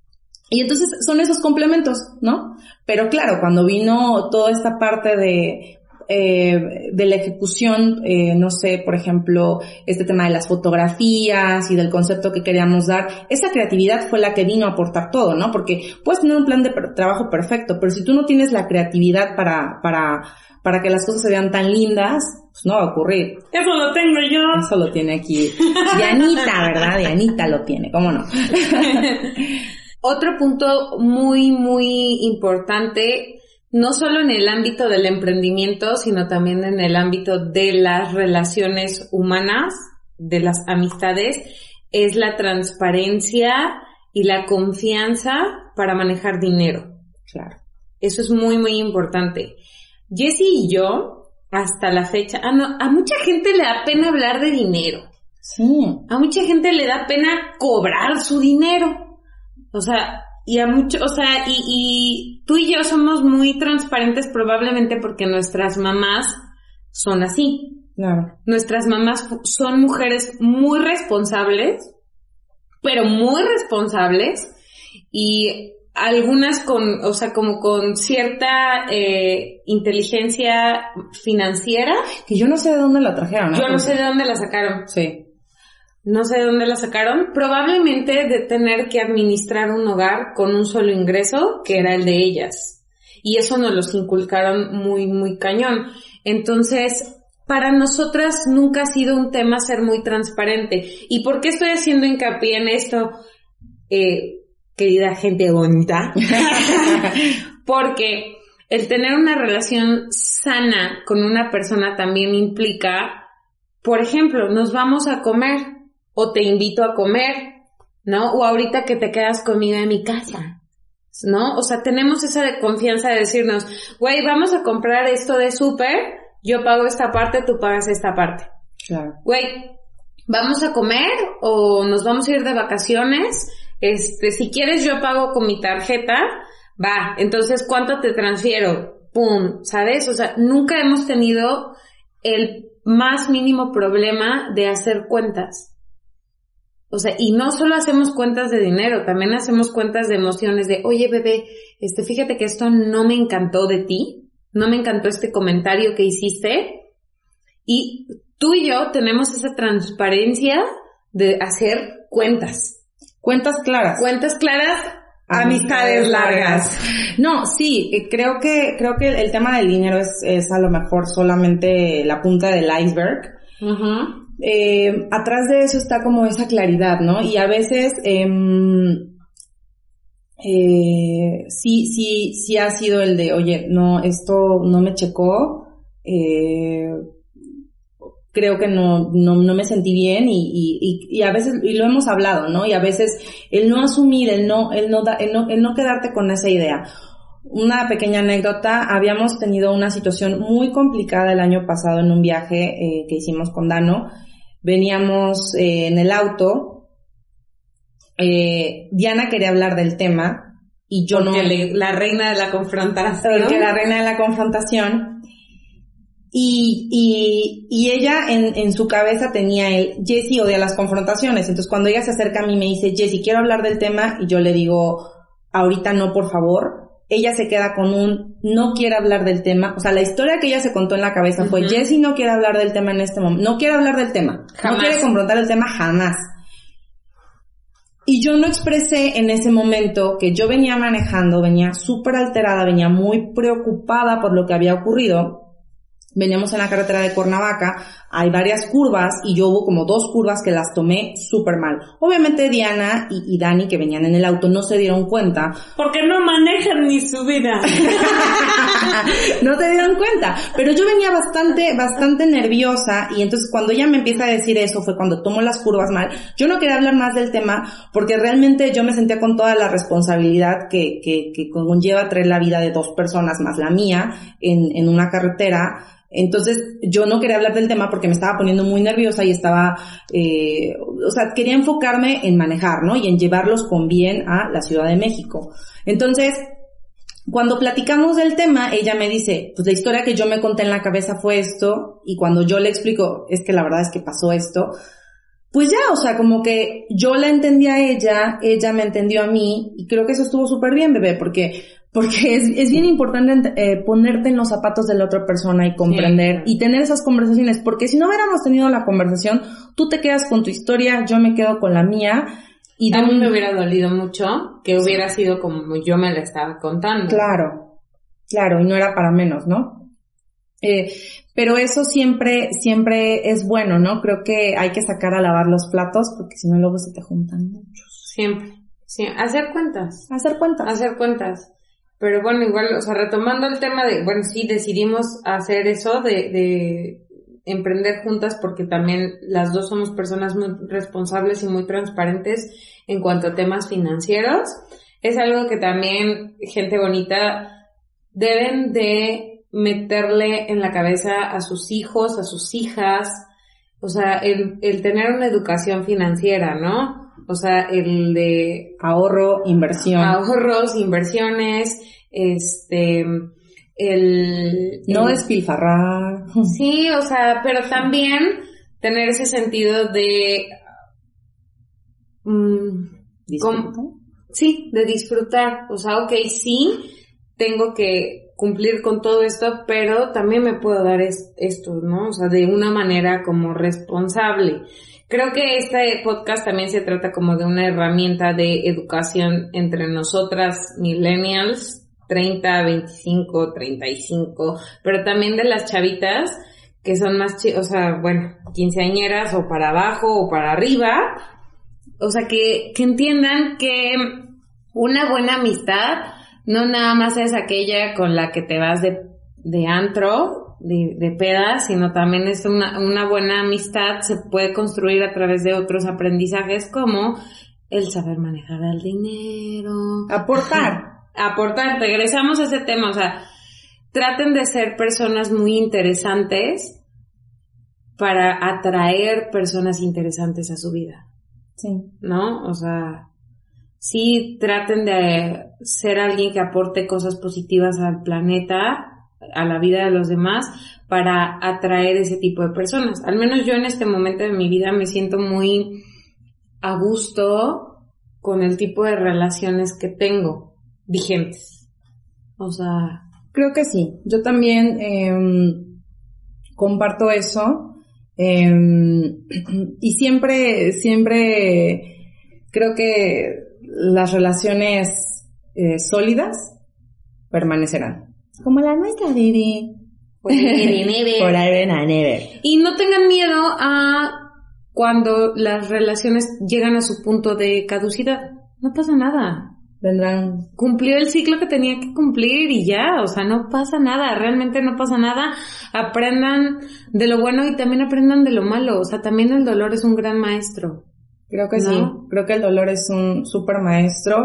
Y entonces son esos complementos, ¿no? Pero claro, cuando vino toda esta parte de eh, de la ejecución, eh, no sé, por ejemplo, este tema de las fotografías y del concepto que queríamos dar, esa creatividad fue la que vino a aportar todo, ¿no? Porque puedes tener un plan de per- trabajo perfecto, pero si tú no tienes la creatividad para, para, para que las cosas se vean tan lindas, pues no va a ocurrir. Eso lo tengo yo. Eso lo tiene aquí Dianita, ¿verdad? Dianita lo tiene, ¿cómo no? Otro punto muy, muy importante, no solo en el ámbito del emprendimiento, sino también en el ámbito de las relaciones humanas, de las amistades, es la transparencia y la confianza para manejar dinero. Claro. Eso es muy, muy importante. Jessie y yo, hasta la fecha, ah, no, a mucha gente le da pena hablar de dinero. Sí. A mucha gente le da pena cobrar su dinero. O sea, y a mucho, o sea, y, y tú y yo somos muy transparentes probablemente porque nuestras mamás son así. Claro. Nuestras mamás son mujeres muy responsables, pero muy responsables, y algunas con, o sea, como con cierta eh, inteligencia financiera. Que yo no sé de dónde la trajeron, ¿no? Yo no sé de dónde la sacaron. Sí. No sé de dónde la sacaron, probablemente de tener que administrar un hogar con un solo ingreso, que era el de ellas. Y eso nos los inculcaron muy, muy cañón. Entonces, para nosotras nunca ha sido un tema ser muy transparente. ¿Y por qué estoy haciendo hincapié en esto, eh, querida gente bonita? Porque el tener una relación sana con una persona también implica, por ejemplo, nos vamos a comer, o te invito a comer, ¿no? O ahorita que te quedas conmigo en mi casa, ¿no? O sea, tenemos esa de confianza de decirnos, güey, vamos a comprar esto de súper, yo pago esta parte, tú pagas esta parte. Claro. Güey, vamos a comer o nos vamos a ir de vacaciones, este, si quieres yo pago con mi tarjeta, va, entonces ¿cuánto te transfiero? Pum, ¿sabes? O sea, nunca hemos tenido el más mínimo problema de hacer cuentas. O sea, y no solo hacemos cuentas de dinero, también hacemos cuentas de emociones, de, oye, bebé, este, fíjate que esto no me encantó de ti, no me encantó este comentario que hiciste, y tú y yo tenemos esa transparencia de hacer cuentas. Cuentas claras. Cuentas claras, amistades largas. No, sí, creo que, creo que el tema del dinero es, es a lo mejor solamente la punta del iceberg. Uh-huh. Eh, atrás de eso está como esa claridad, ¿no? Y a veces, eh, eh, sí, sí, sí ha sido el de, oye, no, esto no me checó, eh, creo que no, no, no me sentí bien, y, y, y a veces, y lo hemos hablado, ¿no? Y a veces el no asumir, el no, el no, da, el no, el no quedarte con esa idea. Una pequeña anécdota, habíamos tenido una situación muy complicada el año pasado en un viaje eh, que hicimos con Dano. Veníamos eh, en el auto, eh, Diana quería hablar del tema y yo porque no... Le, la reina de la confrontación. Porque la reina de la confrontación. Y, y, y ella en, en su cabeza tenía el, Jessie odia las confrontaciones. Entonces cuando ella se acerca a mí me dice, Jessie, quiero hablar del tema, y yo le digo, ahorita no, por favor. Ella se queda con un, no quiere hablar del tema. O sea, la historia que ella se contó en la cabeza fue, uh-huh. Jessie no quiere hablar del tema en este momento. No quiere hablar del tema. Jamás. No quiere confrontar el tema jamás. Y yo no expresé en ese momento que yo venía manejando, venía súper alterada, venía muy preocupada por lo que había ocurrido. Veníamos en la carretera de Cuernavaca, hay varias curvas y yo hubo como dos curvas que las tomé súper mal. Obviamente Diana y, y Dani, que venían en el auto, no se dieron cuenta. Porque no manejan ni su vida. No se dieron cuenta. Pero yo venía bastante, bastante nerviosa, y entonces cuando ella me empieza a decir eso fue cuando tomo las curvas mal. Yo no quería hablar más del tema porque realmente yo me sentía con toda la responsabilidad que, que, que conlleva traer la vida de dos personas más la mía en, en una carretera. Entonces yo no quería hablar del tema porque me estaba poniendo muy nerviosa y estaba, eh, o sea, quería enfocarme en manejar, ¿no? Y en llevarlos con bien a la Ciudad de México. Entonces, cuando platicamos del tema, ella me dice, pues la historia que yo me conté en la cabeza fue esto, y cuando yo le explico, es que la verdad es que pasó esto, pues ya, o sea, como que yo la entendí a ella, ella me entendió a mí, y creo que eso estuvo súper bien, bebé, porque porque es, es bien importante eh, ponerte en los zapatos de la otra persona y comprender sí. y tener esas conversaciones, porque si no hubiéramos tenido la conversación, tú te quedas con tu historia, yo me quedo con la mía. Y a mí me hubiera dolido mucho que hubiera sido como yo me la estaba contando. Claro, claro, y no era para menos, ¿no? Eh, pero eso siempre, siempre es bueno, ¿no? Creo que hay que sacar a lavar los platos, porque si no luego se te juntan muchos. Siempre, sí, hacer cuentas. Hacer cuentas. Hacer cuentas. Pero bueno, igual, o sea, retomando el tema de, bueno, sí, decidimos hacer eso de, de emprender juntas porque también las dos somos personas muy responsables y muy transparentes en cuanto a temas financieros. Es algo que también, gente bonita, deben de meterle en la cabeza a sus hijos, a sus hijas, o sea, el, el tener una educación financiera, ¿no? O sea, el de ahorro, inversión. Ahorros, inversiones, este, el... No el, despilfarrar. Sí, o sea, pero también tener ese sentido de... Um, ¿Disfrutar? Sí, de disfrutar. O sea, ok, sí, tengo que cumplir con todo esto, pero también me puedo dar es, esto, ¿no? O sea, de una manera como responsable. Creo que este podcast también se trata como de una herramienta de educación entre nosotras millennials, treinta, veinticinco, treinta y cinco, pero también de las chavitas que son más, ch- o sea, bueno, quinceañeras o para abajo o para arriba, o sea, que, que entiendan que una buena amistad no nada más es aquella con la que te vas de, de antro, de, de pedas, sino también es una, una buena amistad se puede construir a través de otros aprendizajes como el saber manejar el dinero. Aportar. Aportar, regresamos a ese tema, o sea, traten de ser personas muy interesantes para atraer personas interesantes a su vida. Sí. ¿No? O sea, sí traten de ser alguien que aporte cosas positivas al planeta, a la vida de los demás, para atraer ese tipo de personas. Al menos yo en este momento de mi vida me siento muy a gusto con el tipo de relaciones que tengo vigentes. O sea... Creo que sí. Yo también eh, comparto eso. Eh, y siempre, siempre creo que las relaciones eh, sólidas permanecerán. Como la nuestra, Didi. Forever and ever. Y no tengan miedo a cuando las relaciones llegan a su punto de caducidad. No pasa nada. Vendrán. Cumplió el ciclo que tenía que cumplir y ya, o sea, no pasa nada, realmente no pasa nada. Aprendan de lo bueno y también aprendan de lo malo, o sea, también el dolor es un gran maestro. Creo que ¿no? sí, creo que el dolor es un súper maestro,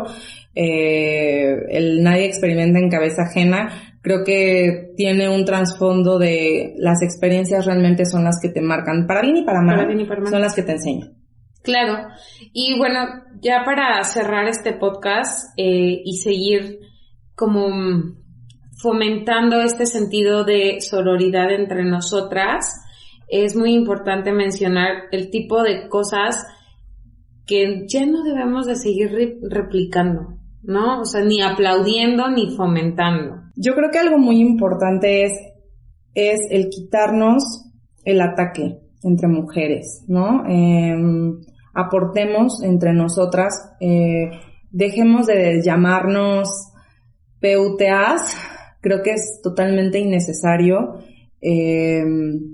eh, el nadie experimenta en cabeza ajena, creo que tiene un trasfondo de las experiencias realmente son las que te marcan, para bien y para mal, para bien y para mal. Son las que te enseñan. Claro, y bueno, ya para cerrar este podcast eh, y seguir como fomentando este sentido de sororidad entre nosotras, es muy importante mencionar el tipo de cosas que ya no debemos de seguir re- replicando, ¿no? O sea, ni aplaudiendo ni fomentando. Yo creo que algo muy importante es, es el quitarnos el ataque entre mujeres, ¿no? Eh, aportemos entre nosotras, eh, dejemos de llamarnos P U T As, creo que es totalmente innecesario. Eh,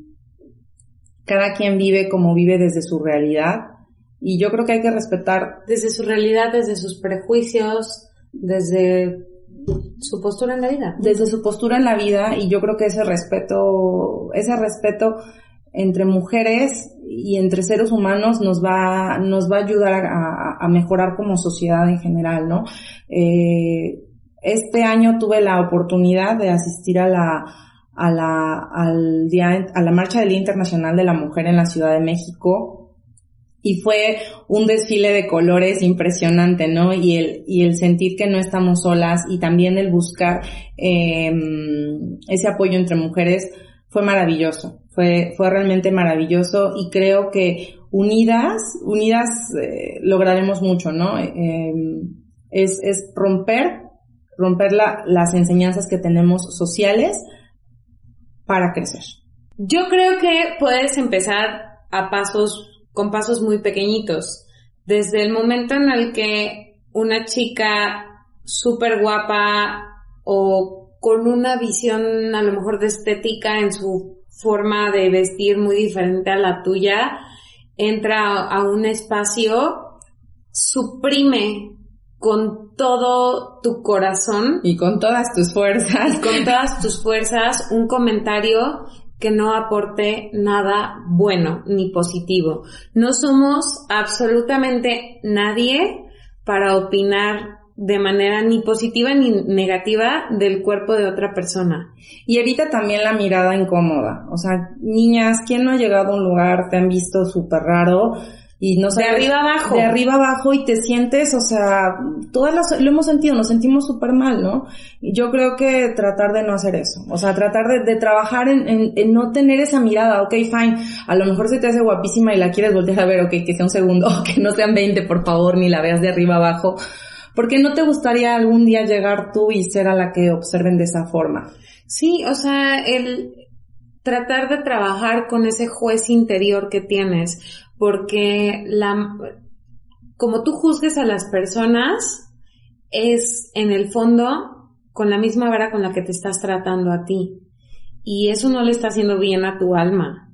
cada quien vive como vive desde su realidad y yo creo que hay que respetar desde su realidad, desde sus prejuicios, desde su postura en la vida. Desde su postura en la vida y yo creo que ese respeto, ese respeto entre mujeres y entre seres humanos nos va, nos va a ayudar a, a, a mejorar como sociedad en general, ¿no? Eh, este año tuve la oportunidad de asistir a la, a la, al día, a la marcha del Día Internacional de la Mujer en la Ciudad de México y fue un desfile de colores impresionante, ¿no? Y el, y el sentir que no estamos solas y también el buscar, eh, ese apoyo entre mujeres fue maravilloso. Fue, fue realmente maravilloso y creo que unidas, unidas eh, lograremos mucho, ¿no? Eh, es, es romper, romper la, las enseñanzas que tenemos sociales para crecer. Yo creo que puedes empezar a pasos, con pasos muy pequeñitos. Desde el momento en el que una chica súper guapa o con una visión a lo mejor de estética en su forma de vestir muy diferente a la tuya, entra a un espacio, suprime con todo tu corazón y con todas tus fuerzas, y con todas tus fuerzas un comentario que no aporte nada bueno ni positivo. No somos absolutamente nadie para opinar de manera ni positiva ni negativa del cuerpo de otra persona. Y evita también la mirada incómoda. O sea, niñas, ¿quién no ha llegado a un lugar, te han visto súper raro y no sabes? De arriba abajo. De arriba abajo y te sientes, o sea, todas las, lo hemos sentido, nos sentimos súper mal, ¿no? Y yo creo que tratar de no hacer eso. O sea, tratar de, de trabajar en, en, en no tener esa mirada. Ok, fine, a lo mejor se te hace guapísima y la quieres voltear a ver, ok, que sea un segundo, que no sean veinte, por favor, ni la veas de arriba abajo. ¿Por qué no te gustaría algún día llegar tú y ser a la que observen de esa forma? Sí, o sea, el tratar de trabajar con ese juez interior que tienes, porque la, como tú juzgues a las personas, es en el fondo con la misma vara con la que te estás tratando a ti. Y eso no le está haciendo bien a tu alma.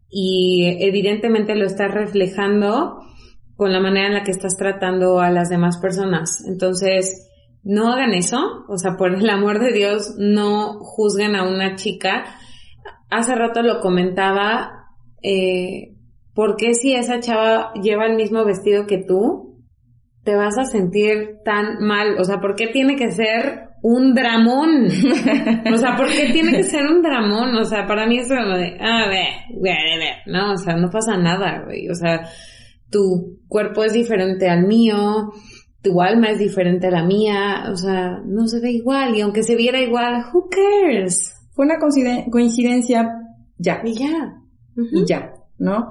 Y evidentemente lo estás reflejando con la manera en la que estás tratando a las demás personas. Entonces, no hagan eso, o sea, por el amor de Dios, no juzguen a una chica. Hace rato lo comentaba, eh, ¿por qué si esa chava lleva el mismo vestido que tú, te vas a sentir tan mal? O sea, ¿por qué tiene que ser un dramón? O sea, ¿por qué tiene que ser un dramón? O sea, para mí es como de, a ver, no, o sea, no pasa nada, güey, o sea, tu cuerpo es diferente al mío, tu alma es diferente a la mía, o sea, no se ve igual, y aunque se viera igual, who cares? Fue una coincidencia, ya. Y ya. Uh-huh. Y ya, ¿no?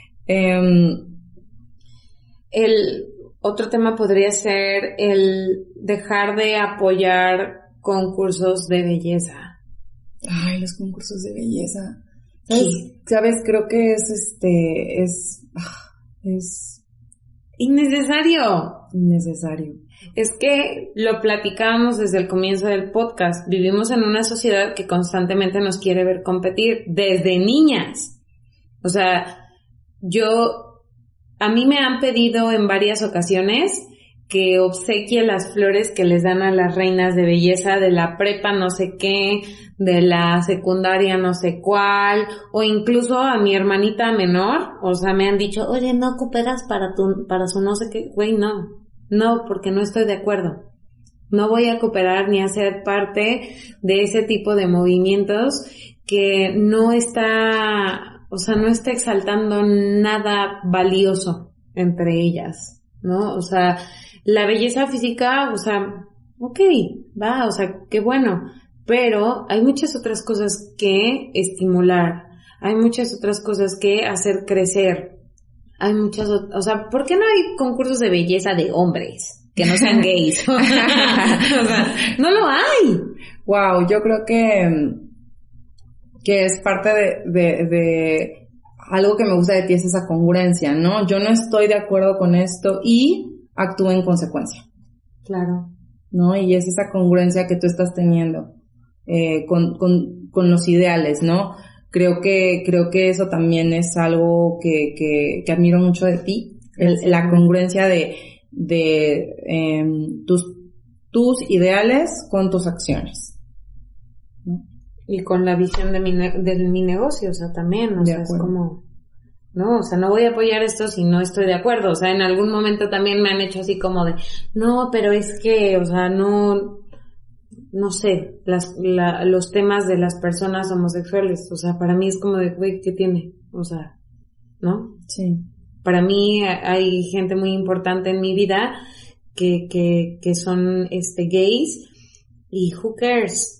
Eh, el otro tema podría ser el dejar de apoyar concursos de belleza. Ay, los concursos de belleza. ¿Sabes? ¿Sabes? Creo que es este, es... Es innecesario. Innecesario. Es que lo platicábamos desde el comienzo del podcast. Vivimos en una sociedad que constantemente nos quiere ver competir desde niñas. O sea, yo, a mí me han pedido en varias ocasiones que obsequie las flores que les dan a las reinas de belleza de la prepa no sé qué, de la secundaria no sé cuál, o incluso a mi hermanita menor, o sea, me han dicho, oye, no cooperas para tu, para su no sé qué, güey, no, no, porque no estoy de acuerdo. No voy a cooperar ni a ser parte de ese tipo de movimientos que no está, o sea, no está exaltando nada valioso entre ellas, ¿no? O sea, la belleza física, o sea, ok, va, o sea, qué bueno, pero hay muchas otras cosas que estimular, hay muchas otras cosas que hacer crecer, hay muchas, o sea, ¿por qué no hay concursos de belleza de hombres que no sean gays? O sea, no lo hay. Wow, yo creo que, que es parte de, de, de algo que me gusta de ti, es esa congruencia, ¿no? Yo no estoy de acuerdo con esto y actúe en consecuencia. Claro. ¿No? Y es esa congruencia que tú estás teniendo eh, con, con, con los ideales, ¿no? Creo que, creo que eso también es algo que, que, que admiro mucho de ti. El, la congruencia de, de eh, tus, tus ideales con tus acciones. ¿No? Y con la visión de mi, ne- de mi negocio, o sea, también, o sea, es como... No, o sea, no voy a apoyar esto si no estoy de acuerdo. O sea, en algún momento también me han hecho así como de, no, pero es que, o sea, no, no sé, las, la, los temas de las personas homosexuales. O sea, para mí es como de, güey, ¿qué tiene? O sea, ¿no? Sí. Para mí hay gente muy importante en mi vida que, que, que son, este, gays, y who cares?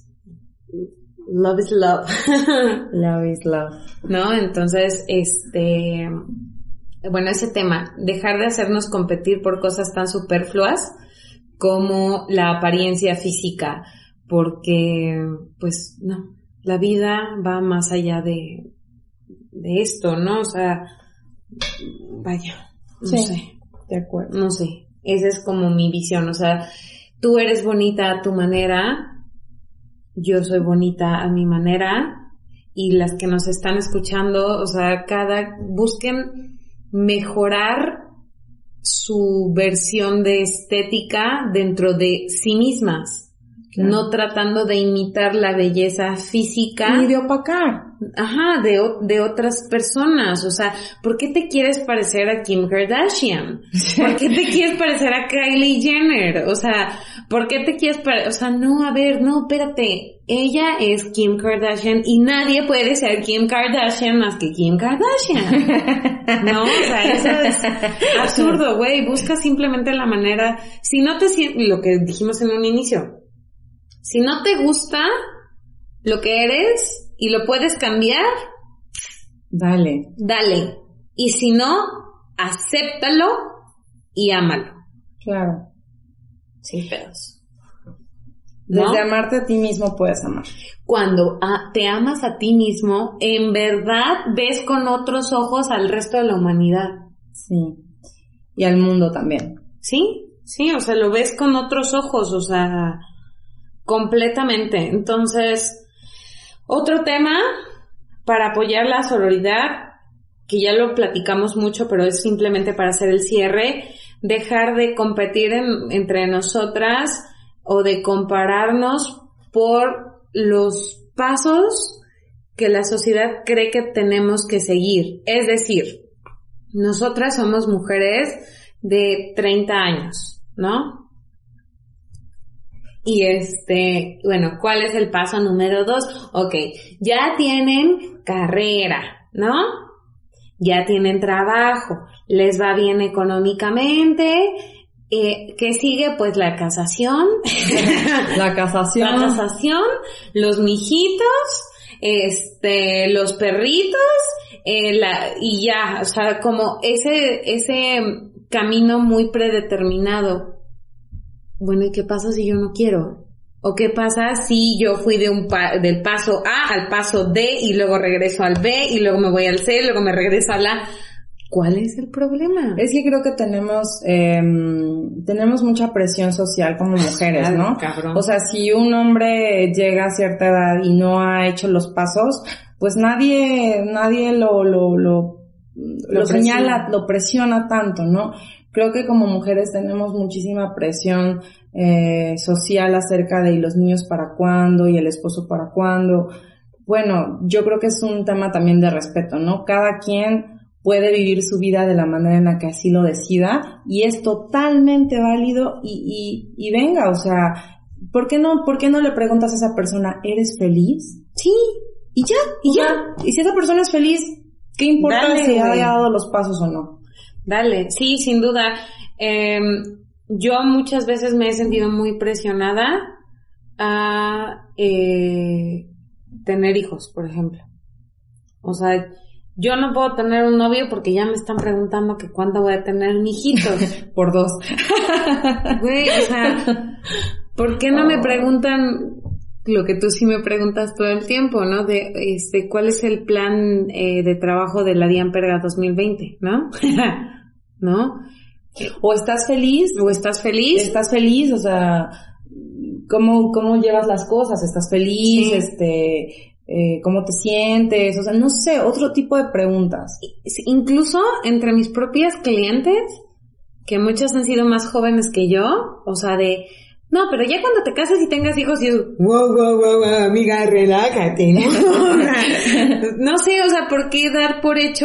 Love is love. Love is love. ¿No? Entonces, este, bueno, ese tema, dejar de hacernos competir por cosas tan superfluas como la apariencia física, porque, pues, no, la vida va más allá de, de esto, ¿no? O sea, vaya, no sí, sé. De acuerdo. No sé, esa es como mi visión, o sea, tú eres bonita a tu manera, yo soy bonita a mi manera, y las que nos están escuchando, o sea, cada, busquen mejorar su versión de estética dentro de sí mismas. Claro. No tratando de imitar la belleza física. Ni de opacar. Ajá, de, de otras personas. O sea, ¿por qué te quieres parecer a Kim Kardashian? ¿Por qué te quieres parecer a Kylie Jenner? O sea, ¿por qué te quieres parecer? O sea, no, a ver, no, espérate. Ella es Kim Kardashian y nadie puede ser Kim Kardashian más que Kim Kardashian. No, o sea, eso es absurdo, güey. Busca simplemente la manera. Si no te sientes, lo que dijimos en un inicio. Si no te gusta lo que eres y lo puedes cambiar, dale. Dale. Y si no, acéptalo y ámalo. Claro. Sin pedos. ¿No? Desde amarte a ti mismo puedes amar. Cuando a, te amas a ti mismo, en verdad ves con otros ojos al resto de la humanidad. Sí. Y al mundo también. Sí, sí, o sea, lo ves con otros ojos, o sea... Completamente. Entonces, otro tema para apoyar la sororidad, que ya lo platicamos mucho, pero es simplemente para hacer el cierre, dejar de competir en, entre nosotras o de compararnos por los pasos que la sociedad cree que tenemos que seguir. Es decir, nosotras somos mujeres de treinta años, ¿no? Y este, bueno, ¿cuál es el paso número dos? Ok, ya tienen carrera, ¿no? Ya tienen trabajo, les va bien económicamente. Eh, ¿Qué sigue? Pues la casación. La casación. La casación, los mijitos, este, los perritos, eh, la, y ya, o sea, como ese, ese camino muy predeterminado. Bueno, ¿y qué pasa si yo no quiero? ¿O qué pasa si yo fui de un pa- del paso A al paso D y luego regreso al B y luego me voy al C y luego me regreso al A? ¿Cuál es el problema? Es que creo que tenemos eh, tenemos mucha presión social como mujeres, ¿no? Cabrón. O sea, si un hombre llega a cierta edad y no ha hecho los pasos, pues nadie nadie lo lo lo, lo, lo señala, lo presiona tanto, ¿no? Creo que como mujeres tenemos muchísima presión eh, social acerca de ¿y los niños para cuándo? ¿Y el esposo para cuándo? Bueno, yo creo que es un tema también de respeto, ¿no? Cada quien puede vivir su vida de la manera en la que así lo decida y es totalmente válido y, y, y venga, o sea, ¿por qué no, por qué no le preguntas a esa persona, ¿eres feliz? Sí, y ya, y ya. Y si esa persona es feliz, ¿qué importa Dale, si haya dado los pasos o no? Dale, sí, sin duda. Eh, yo muchas veces me he sentido muy presionada a eh, tener hijos, por ejemplo. O sea, yo no puedo tener un novio porque ya me están preguntando que cuándo voy a tener mijitos. Por dos. Güey, o sea, ¿por qué no oh. me preguntan lo que tú sí me preguntas todo el tiempo, ¿no? De, este, ¿cuál es el plan eh, de trabajo de la Diamperga dos mil veinte, ¿no? ¿No? O estás feliz. O estás feliz. Estás feliz, o sea, ¿cómo, cómo llevas las cosas? ¿Estás feliz? Sí. Este, eh, ¿cómo te sientes? O sea, no sé, otro tipo de preguntas. Incluso entre mis propias clientes, que muchas han sido más jóvenes que yo, o sea, de, no, pero ya cuando te cases y tengas hijos y es, wow, wow, wow, wow, amiga, relájate, ¿no? No sé, o sea, ¿por qué dar por hecho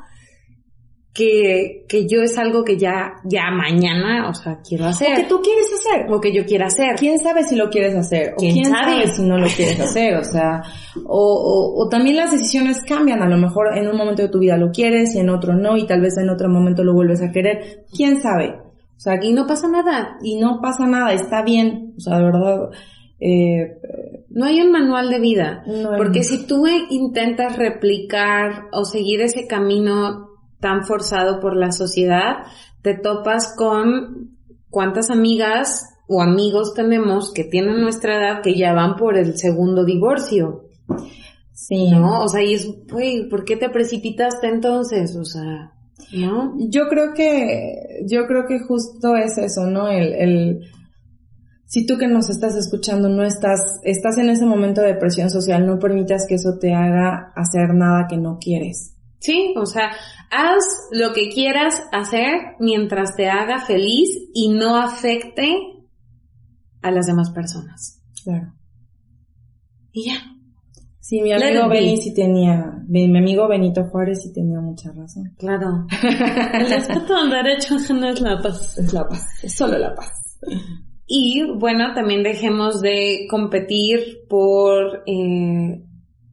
que, que yo es algo que ya, ya mañana, o sea, quiero hacer? O que tú quieres hacer. O que yo quiera hacer. ¿Quién sabe si lo quieres hacer? O ¿Quién, quién sabe? sabe si no lo quieres hacer? O sea, o, o, o también las decisiones cambian. A lo mejor en un momento de tu vida lo quieres y en otro no, y tal vez en otro momento lo vuelves a querer. ¿Quién sabe? O sea, y no pasa nada. Y no pasa nada, está bien. O sea, de verdad, eh, no hay un manual de vida. No porque hay... si tú intentas replicar o seguir ese camino tan forzado por la sociedad, te topas con cuántas amigas o amigos tenemos que tienen nuestra edad que ya van por el segundo divorcio. Sí. ¿No? O sea, y es, güey, ¿por qué te precipitaste entonces? O sea, ¿no? Yo creo que, yo creo que justo es eso, ¿no? El, el, si tú que nos estás escuchando no estás, estás en ese momento de presión social, no permitas que eso te haga hacer nada que no quieres. Sí, o sea, haz lo que quieras hacer mientras te haga feliz y no afecte a las demás personas. Claro. Y ya. Sí, mi amigo Benny sí tenía, mi amigo Benito Juárez sí tenía mucha razón. Claro. El respeto al derecho ajeno es la paz. Es la paz, es solo la paz. Y bueno, también dejemos de competir por eh,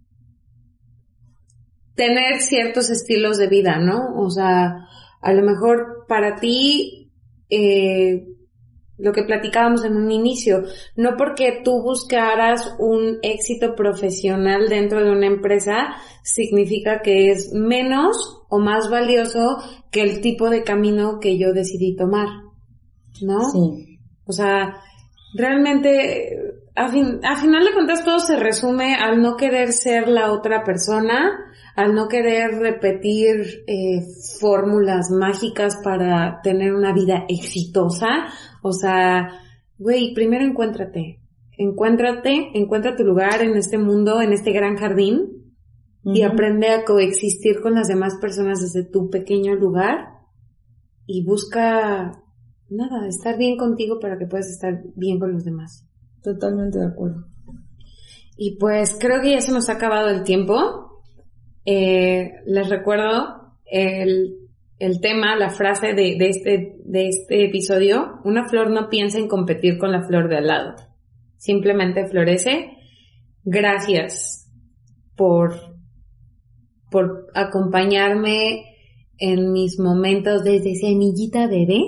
tener ciertos estilos de vida, ¿no? O sea, a lo mejor para ti, eh, lo que platicábamos en un inicio, no porque tú buscaras un éxito profesional dentro de una empresa, significa que es menos o más valioso que el tipo de camino que yo decidí tomar, ¿no? Sí. O sea, realmente, a, fin, a final de cuentas todo se resume al no querer ser la otra persona, al no querer repetir eh, fórmulas mágicas para tener una vida exitosa. O sea, güey, primero encuéntrate, encuéntrate, encuentra tu lugar en este mundo, en este gran jardín, uh-huh. y aprende a coexistir con las demás personas desde tu pequeño lugar y busca, nada, estar bien contigo para que puedas estar bien con los demás. Totalmente de acuerdo. Y pues creo que ya se nos ha acabado el tiempo. Eh, les recuerdo el... el tema, la frase de, de este, de este episodio: una flor no piensa en competir con la flor de al lado. Simplemente florece. Gracias por, por acompañarme en mis momentos desde semillita bebé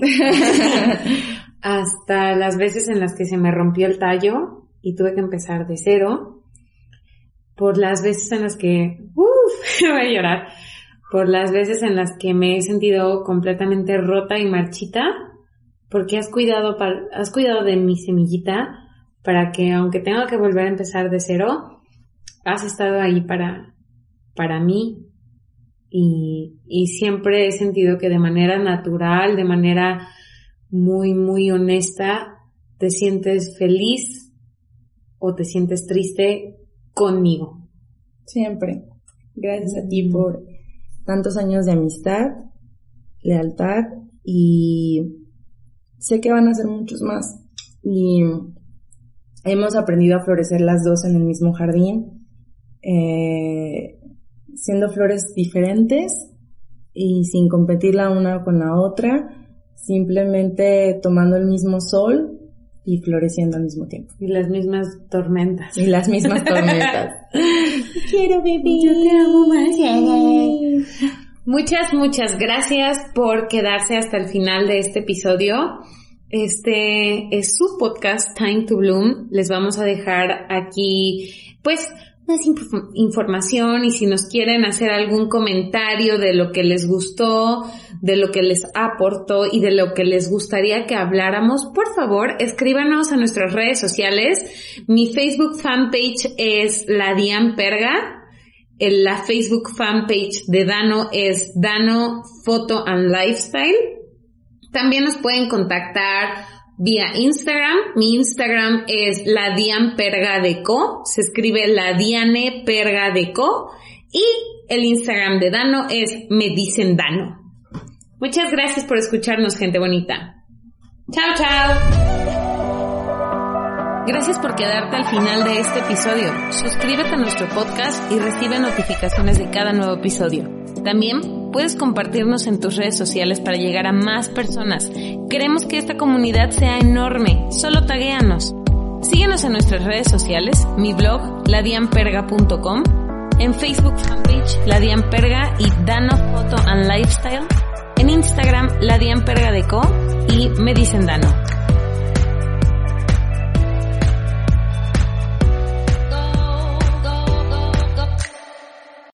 hasta las veces en las que se me rompió el tallo y tuve que empezar de cero. Por las veces en las que, uff, voy a llorar. Por las veces en las que me he sentido completamente rota y marchita, porque has cuidado, para, has cuidado de mi semillita para que, aunque tenga que volver a empezar de cero, has estado ahí para, para mí. Y, y siempre he sentido que de manera natural, de manera muy, muy honesta, te sientes feliz o te sientes triste conmigo. Siempre. Gracias a ti por tantos años de amistad, lealtad, y sé que van a ser muchos más. Y hemos aprendido a florecer las dos en el mismo jardín, eh, siendo flores diferentes y sin competir la una con la otra, simplemente tomando el mismo sol y floreciendo al mismo tiempo. Y las mismas tormentas. Y las mismas tormentas. Quiero vivir. Yo te amo más. Muchas, muchas gracias por quedarse hasta el final de este episodio. Este es su podcast Time to Bloom. Les vamos a dejar aquí, pues, más inf- información, y si nos quieren hacer algún comentario de lo que les gustó, de lo que les aportó y de lo que les gustaría que habláramos, por favor, escríbanos a nuestras redes sociales. Mi Facebook fanpage es La Dian Perga. La Facebook fanpage de Dano es Dano Photo and Lifestyle. También nos pueden contactar vía Instagram. Mi Instagram es La Dian Perga Deco. Se escribe La Diane Perga Deco. Y el Instagram de Dano es Me Dicen Dano. Muchas gracias por escucharnos, gente bonita. Chao, chao. Gracias por quedarte al final de este episodio. Suscríbete a nuestro podcast y recibe notificaciones de cada nuevo episodio. También puedes compartirnos en tus redes sociales para llegar a más personas. Queremos que esta comunidad sea enorme. Solo taguéanos. Síguenos en nuestras redes sociales, mi blog, la dian perga punto com, en Facebook fanpage, La Dian Perga y Dano Photo and Lifestyle, en Instagram, La Dian Perga Deco y Me Dicen Dano.